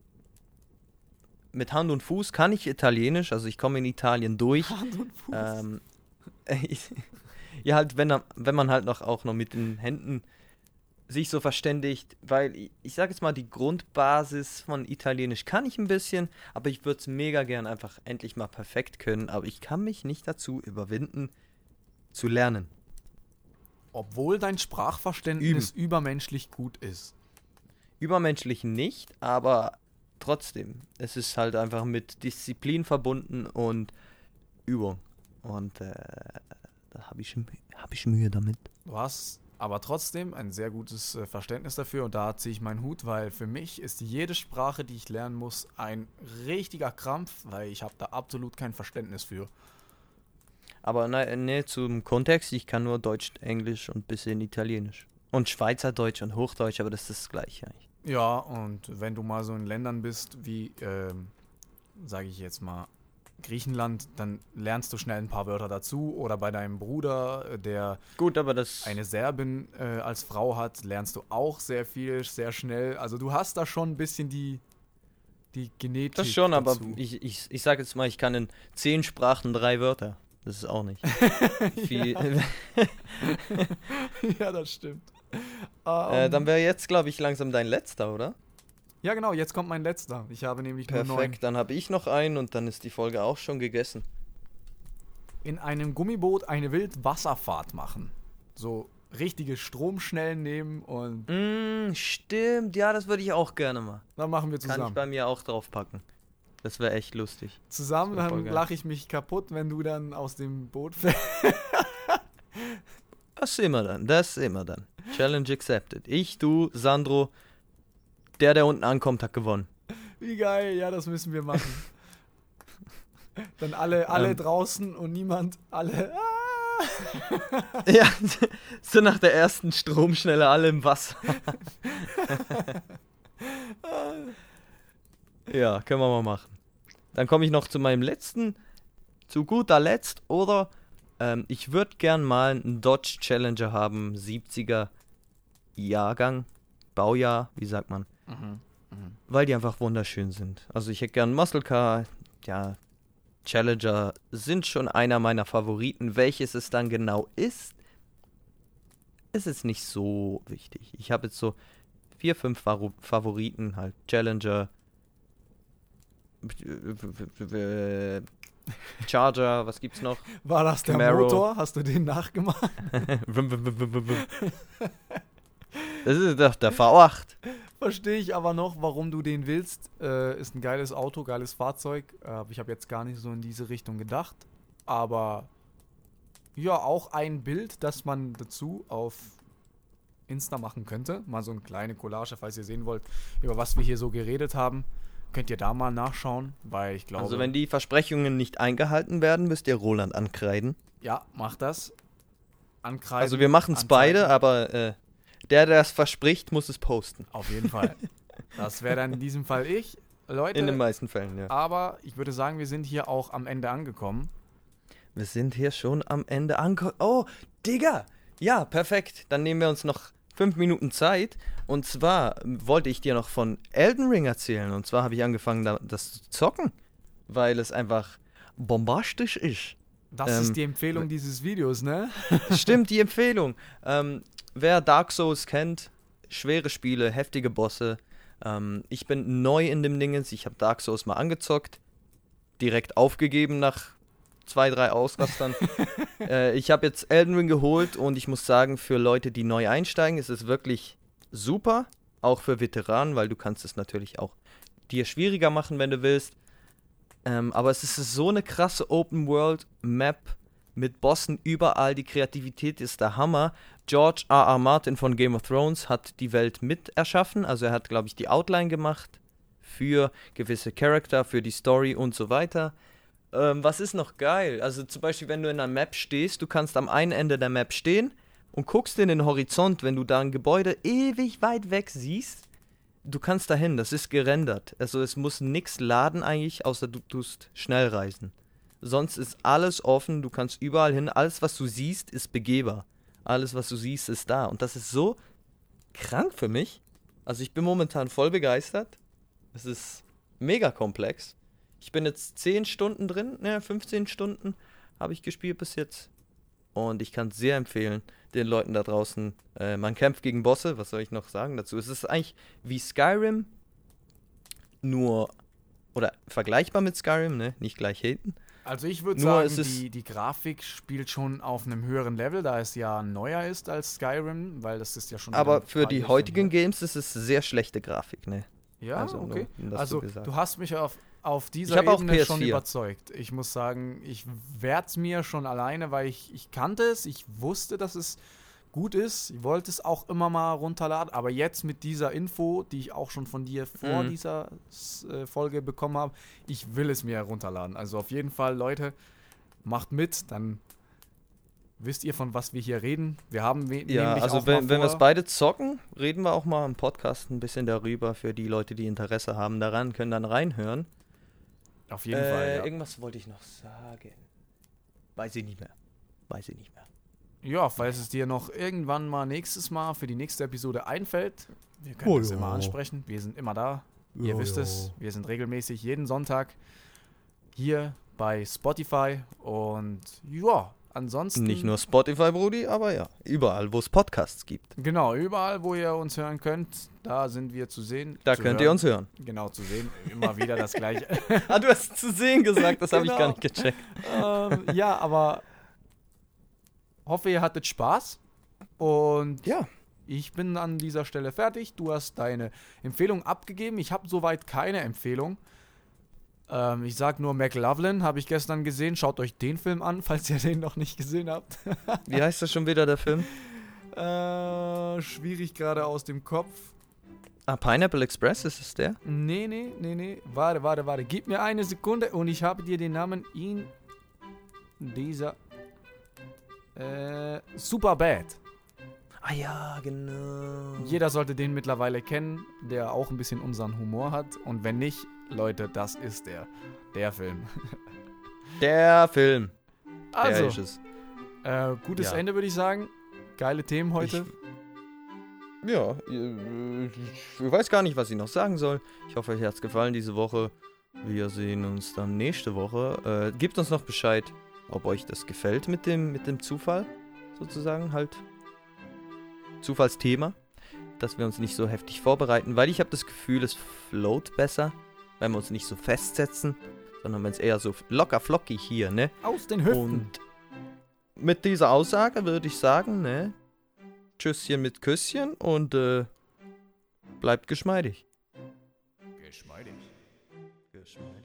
mit Hand und Fuß kann ich Italienisch, also ich komme in Italien durch. Hand und Fuß. Ähm, ich, ja, halt, wenn, er- wenn man halt noch auch noch mit den Händen sich so verständigt, weil ich, ich sag jetzt mal, die Grundbasis von Italienisch kann ich ein bisschen, aber ich würde es mega gern einfach endlich mal perfekt können, aber ich kann mich nicht dazu überwinden, zu lernen. Obwohl dein Sprachverständnis übermenschlich gut ist. Übermenschlich nicht, aber trotzdem, es ist halt einfach mit Disziplin verbunden und Übung. Und äh, da habe ich, hab ich Mühe damit. Du hast aber trotzdem ein sehr gutes äh, Verständnis dafür und da ziehe ich meinen Hut, weil für mich ist jede Sprache, die ich lernen muss, ein richtiger Krampf, weil ich habe da absolut kein Verständnis für. Aber ne, ne, zum Kontext, ich kann nur Deutsch, Englisch und ein bisschen Italienisch. Und Schweizerdeutsch und Hochdeutsch, aber das ist das Gleiche eigentlich. Ja, und wenn du mal so in Ländern bist wie, ähm, sage ich jetzt mal, Griechenland, dann lernst du schnell ein paar Wörter dazu. Oder bei deinem Bruder, äh, der Gut, aber das... eine Serbin äh, als Frau hat, lernst du auch sehr viel, sehr schnell. Also du hast da schon ein bisschen die, die Genetik Das schon, aber dazu. ich, ich, ich sage jetzt mal, ich kann in zehn Sprachen drei Wörter. Das ist auch nicht viel. Ja, das stimmt. äh, Ähm, dann wäre jetzt, glaube ich, langsam dein letzter, oder? ja, genau, jetzt kommt mein letzter. Ich habe nämlich nur neun. Perfekt, dann habe ich noch einen und dann ist die Folge auch schon gegessen. In einem Gummiboot eine Wildwasserfahrt machen. So richtige Stromschnellen nehmen und Mm, stimmt, ja, das würde ich auch gerne mal. dann machen wir Kann ich zusammen. bei mir auch draufpacken. Das wäre echt lustig. Zusammen, Das wär voll dann geil. lache ich mich kaputt, wenn du dann aus dem Boot fällst. Das sehen wir dann, das sehen wir dann. Challenge accepted. Ich, du, Sandro, der, der unten ankommt, hat gewonnen. Wie geil, ja, das müssen wir machen. Dann alle, alle Ähm. draußen und niemand, alle. Ah! Ja, so nach der ersten Stromschnelle alle im Wasser. Ja, können wir mal machen. Dann komme ich noch zu meinem letzten, zu guter Letzt, oder ähm, ich würde gern mal einen Dodge Challenger haben, siebziger Jahrgang, Baujahr, wie sagt man, weil die einfach wunderschön sind. Also ich hätte gern einen Muscle Car, ja, Challenger sind schon einer meiner Favoriten. Welches es dann genau ist, ist jetzt nicht so wichtig. Ich habe jetzt so vier, fünf Faru- Favoriten, halt Challenger, Charger, was gibt's noch? War das der Camaro. Motor? Hast du den nachgemacht? Das ist doch der V acht. Verstehe ich aber noch, warum du den willst. Äh, ist ein geiles Auto, geiles Fahrzeug. Äh, ich habe jetzt gar nicht so in diese Richtung gedacht. Aber ja, auch ein Bild, das man dazu auf Insta machen könnte. Mal so eine kleine Collage, falls ihr sehen wollt, über was wir hier so geredet haben. Könnt ihr da mal nachschauen, weil ich glaube... Also wenn die Versprechungen nicht eingehalten werden, müsst ihr Roland ankreiden. Ja, macht das. Ankreiden. Also wir machen es anzeigen. beide, aber äh, der, der es verspricht, muss es posten. Auf jeden Fall. Das wäre dann in diesem Fall ich. Leute, In den meisten Fällen, ja. aber ich würde sagen, wir sind hier auch am Ende angekommen. Wir sind hier schon am Ende angekommen. Oh, Digga! Ja, perfekt. Dann nehmen wir uns noch fünf Minuten Zeit. Und zwar wollte ich dir noch von Elden Ring erzählen. Und zwar habe ich angefangen, da- das zu zocken, weil es einfach bombastisch ist. Das Ähm, ist die Empfehlung dieses Videos, ne? Stimmt, die Empfehlung. Ähm, wer Dark Souls kennt, schwere Spiele, heftige Bosse. Ähm, ich bin neu in dem Dingens. Ich habe Dark Souls mal angezockt, direkt aufgegeben nach zwei, drei Ausrastern. äh, ich habe jetzt Elden Ring geholt und ich muss sagen, für Leute, die neu einsteigen, ist es wirklich super. Auch für Veteranen, weil du kannst es natürlich auch dir schwieriger machen, wenn du willst. Ähm, aber es ist so eine krasse Open-World-Map mit Bossen überall. Die Kreativität ist der Hammer. George R. R. Martin von Game of Thrones hat die Welt mit erschaffen. Also er hat, glaube ich, die Outline gemacht für gewisse Charakter, für die Story und so weiter. Ähm, was ist noch geil? Also zum Beispiel, wenn du in einer Map stehst, du kannst am einen Ende der Map stehen und guckst in den Horizont, wenn du da ein Gebäude ewig weit weg siehst. Du kannst dahin, das ist gerendert. Also es muss nichts laden eigentlich, außer du tust schnell reisen. Sonst ist alles offen, du kannst überall hin, alles was du siehst, ist begehbar. Alles was du siehst, ist da. Und das ist so krank für mich. Also ich bin momentan voll begeistert. Es ist mega komplex. Ich bin jetzt zehn Stunden drin, ne, fünfzehn Stunden habe ich gespielt bis jetzt. Und ich kann es sehr empfehlen, den Leuten da draußen. Äh, man kämpft gegen Bosse, was soll ich noch sagen dazu? Es ist eigentlich wie Skyrim, nur, oder vergleichbar mit Skyrim, ne? Nicht gleich haten. Also ich würde Nur sagen, es ist- die, die Grafik spielt schon auf einem höheren Level, da es ja neuer ist als Skyrim, weil das ist ja schon... Aber wieder ein für paar die Jährchen heutigen her. Games ist es sehr schlechte Grafik, ne? Ja, also nur, okay. um das Also zu gesagt. du hast mich auf, auf dieser Ich hab auch Ebene P S schon vier. überzeugt. Ich muss sagen, ich werde es mir schon alleine, weil ich, ich kannte es, ich wusste, dass es gut ist. Ich wollte es auch immer mal runterladen, aber jetzt mit dieser Info, die ich auch schon von dir vor Mhm. dieser äh, Folge bekommen habe, ich will es mir runterladen. Also auf jeden Fall, Leute, macht mit, dann wisst ihr, von was wir hier reden? Wir haben we- Ja, nämlich also auch wenn, mal wenn wir es vor- beide zocken, reden wir auch mal im Podcast ein bisschen darüber. Für die Leute, die Interesse haben daran, können dann reinhören. Auf jeden äh, Fall, ja. Irgendwas wollte ich noch sagen. Weiß ich nicht mehr. Weiß ich nicht mehr. Ja, falls es dir noch irgendwann mal nächstes Mal für die nächste Episode einfällt, wir können Oh das ja. immer ansprechen. Wir sind immer da. Ihr Ja, wisst ja. es. Wir sind regelmäßig jeden Sonntag hier bei Spotify. Und ja, ansonsten. Nicht nur Spotify, Brudi, aber ja, überall, wo es Podcasts gibt. Genau, überall, wo ihr uns hören könnt, da sind wir zu sehen. Da zu könnt hören. ihr uns hören. Genau, zu sehen. Immer wieder das Gleiche. Ah, du hast zu sehen gesagt, das habe ich Genau. gar nicht gecheckt. ähm, ja, aber hoffe, ihr hattet Spaß. Und Ja, ich bin an dieser Stelle fertig. Du hast deine Empfehlung abgegeben. Ich habe soweit keine Empfehlung. Ähm, ich sag nur McLovin, habe ich gestern gesehen. Schaut euch den Film an, falls ihr den noch nicht gesehen habt. wie heißt das schon wieder, der Film? äh, schwierig gerade aus dem Kopf. Ah, Pineapple Express, ist es der? Nee, nee, nee, nee. Warte, warte, warte. Gib mir eine Sekunde und ich habe dir den Namen in dieser äh, Superbad. Ah ja, genau. Jeder sollte den mittlerweile kennen, der auch ein bisschen unseren Humor hat. Und wenn nicht, Leute, das ist der. Der Film. Der Film. Also, Der ist es. äh, gutes Ja. Ende würde ich sagen. Geile Themen heute. Ich, ja, äh, ich weiß gar nicht, was ich noch sagen soll. Ich hoffe, euch hat es gefallen diese Woche. Wir sehen uns dann nächste Woche. Äh, gebt uns noch Bescheid, ob euch das gefällt mit dem, mit dem Zufall, sozusagen halt. Zufallsthema, dass wir uns nicht so heftig vorbereiten, weil ich habe das Gefühl, es float besser, wenn wir uns nicht so festsetzen, sondern wenn es eher so locker flockig hier, ne? Aus den Hüften. Und mit dieser Aussage würde ich sagen, ne? Tschüsschen mit Küsschen und äh, bleibt geschmeidig. Geschmeidig. Geschmeidig.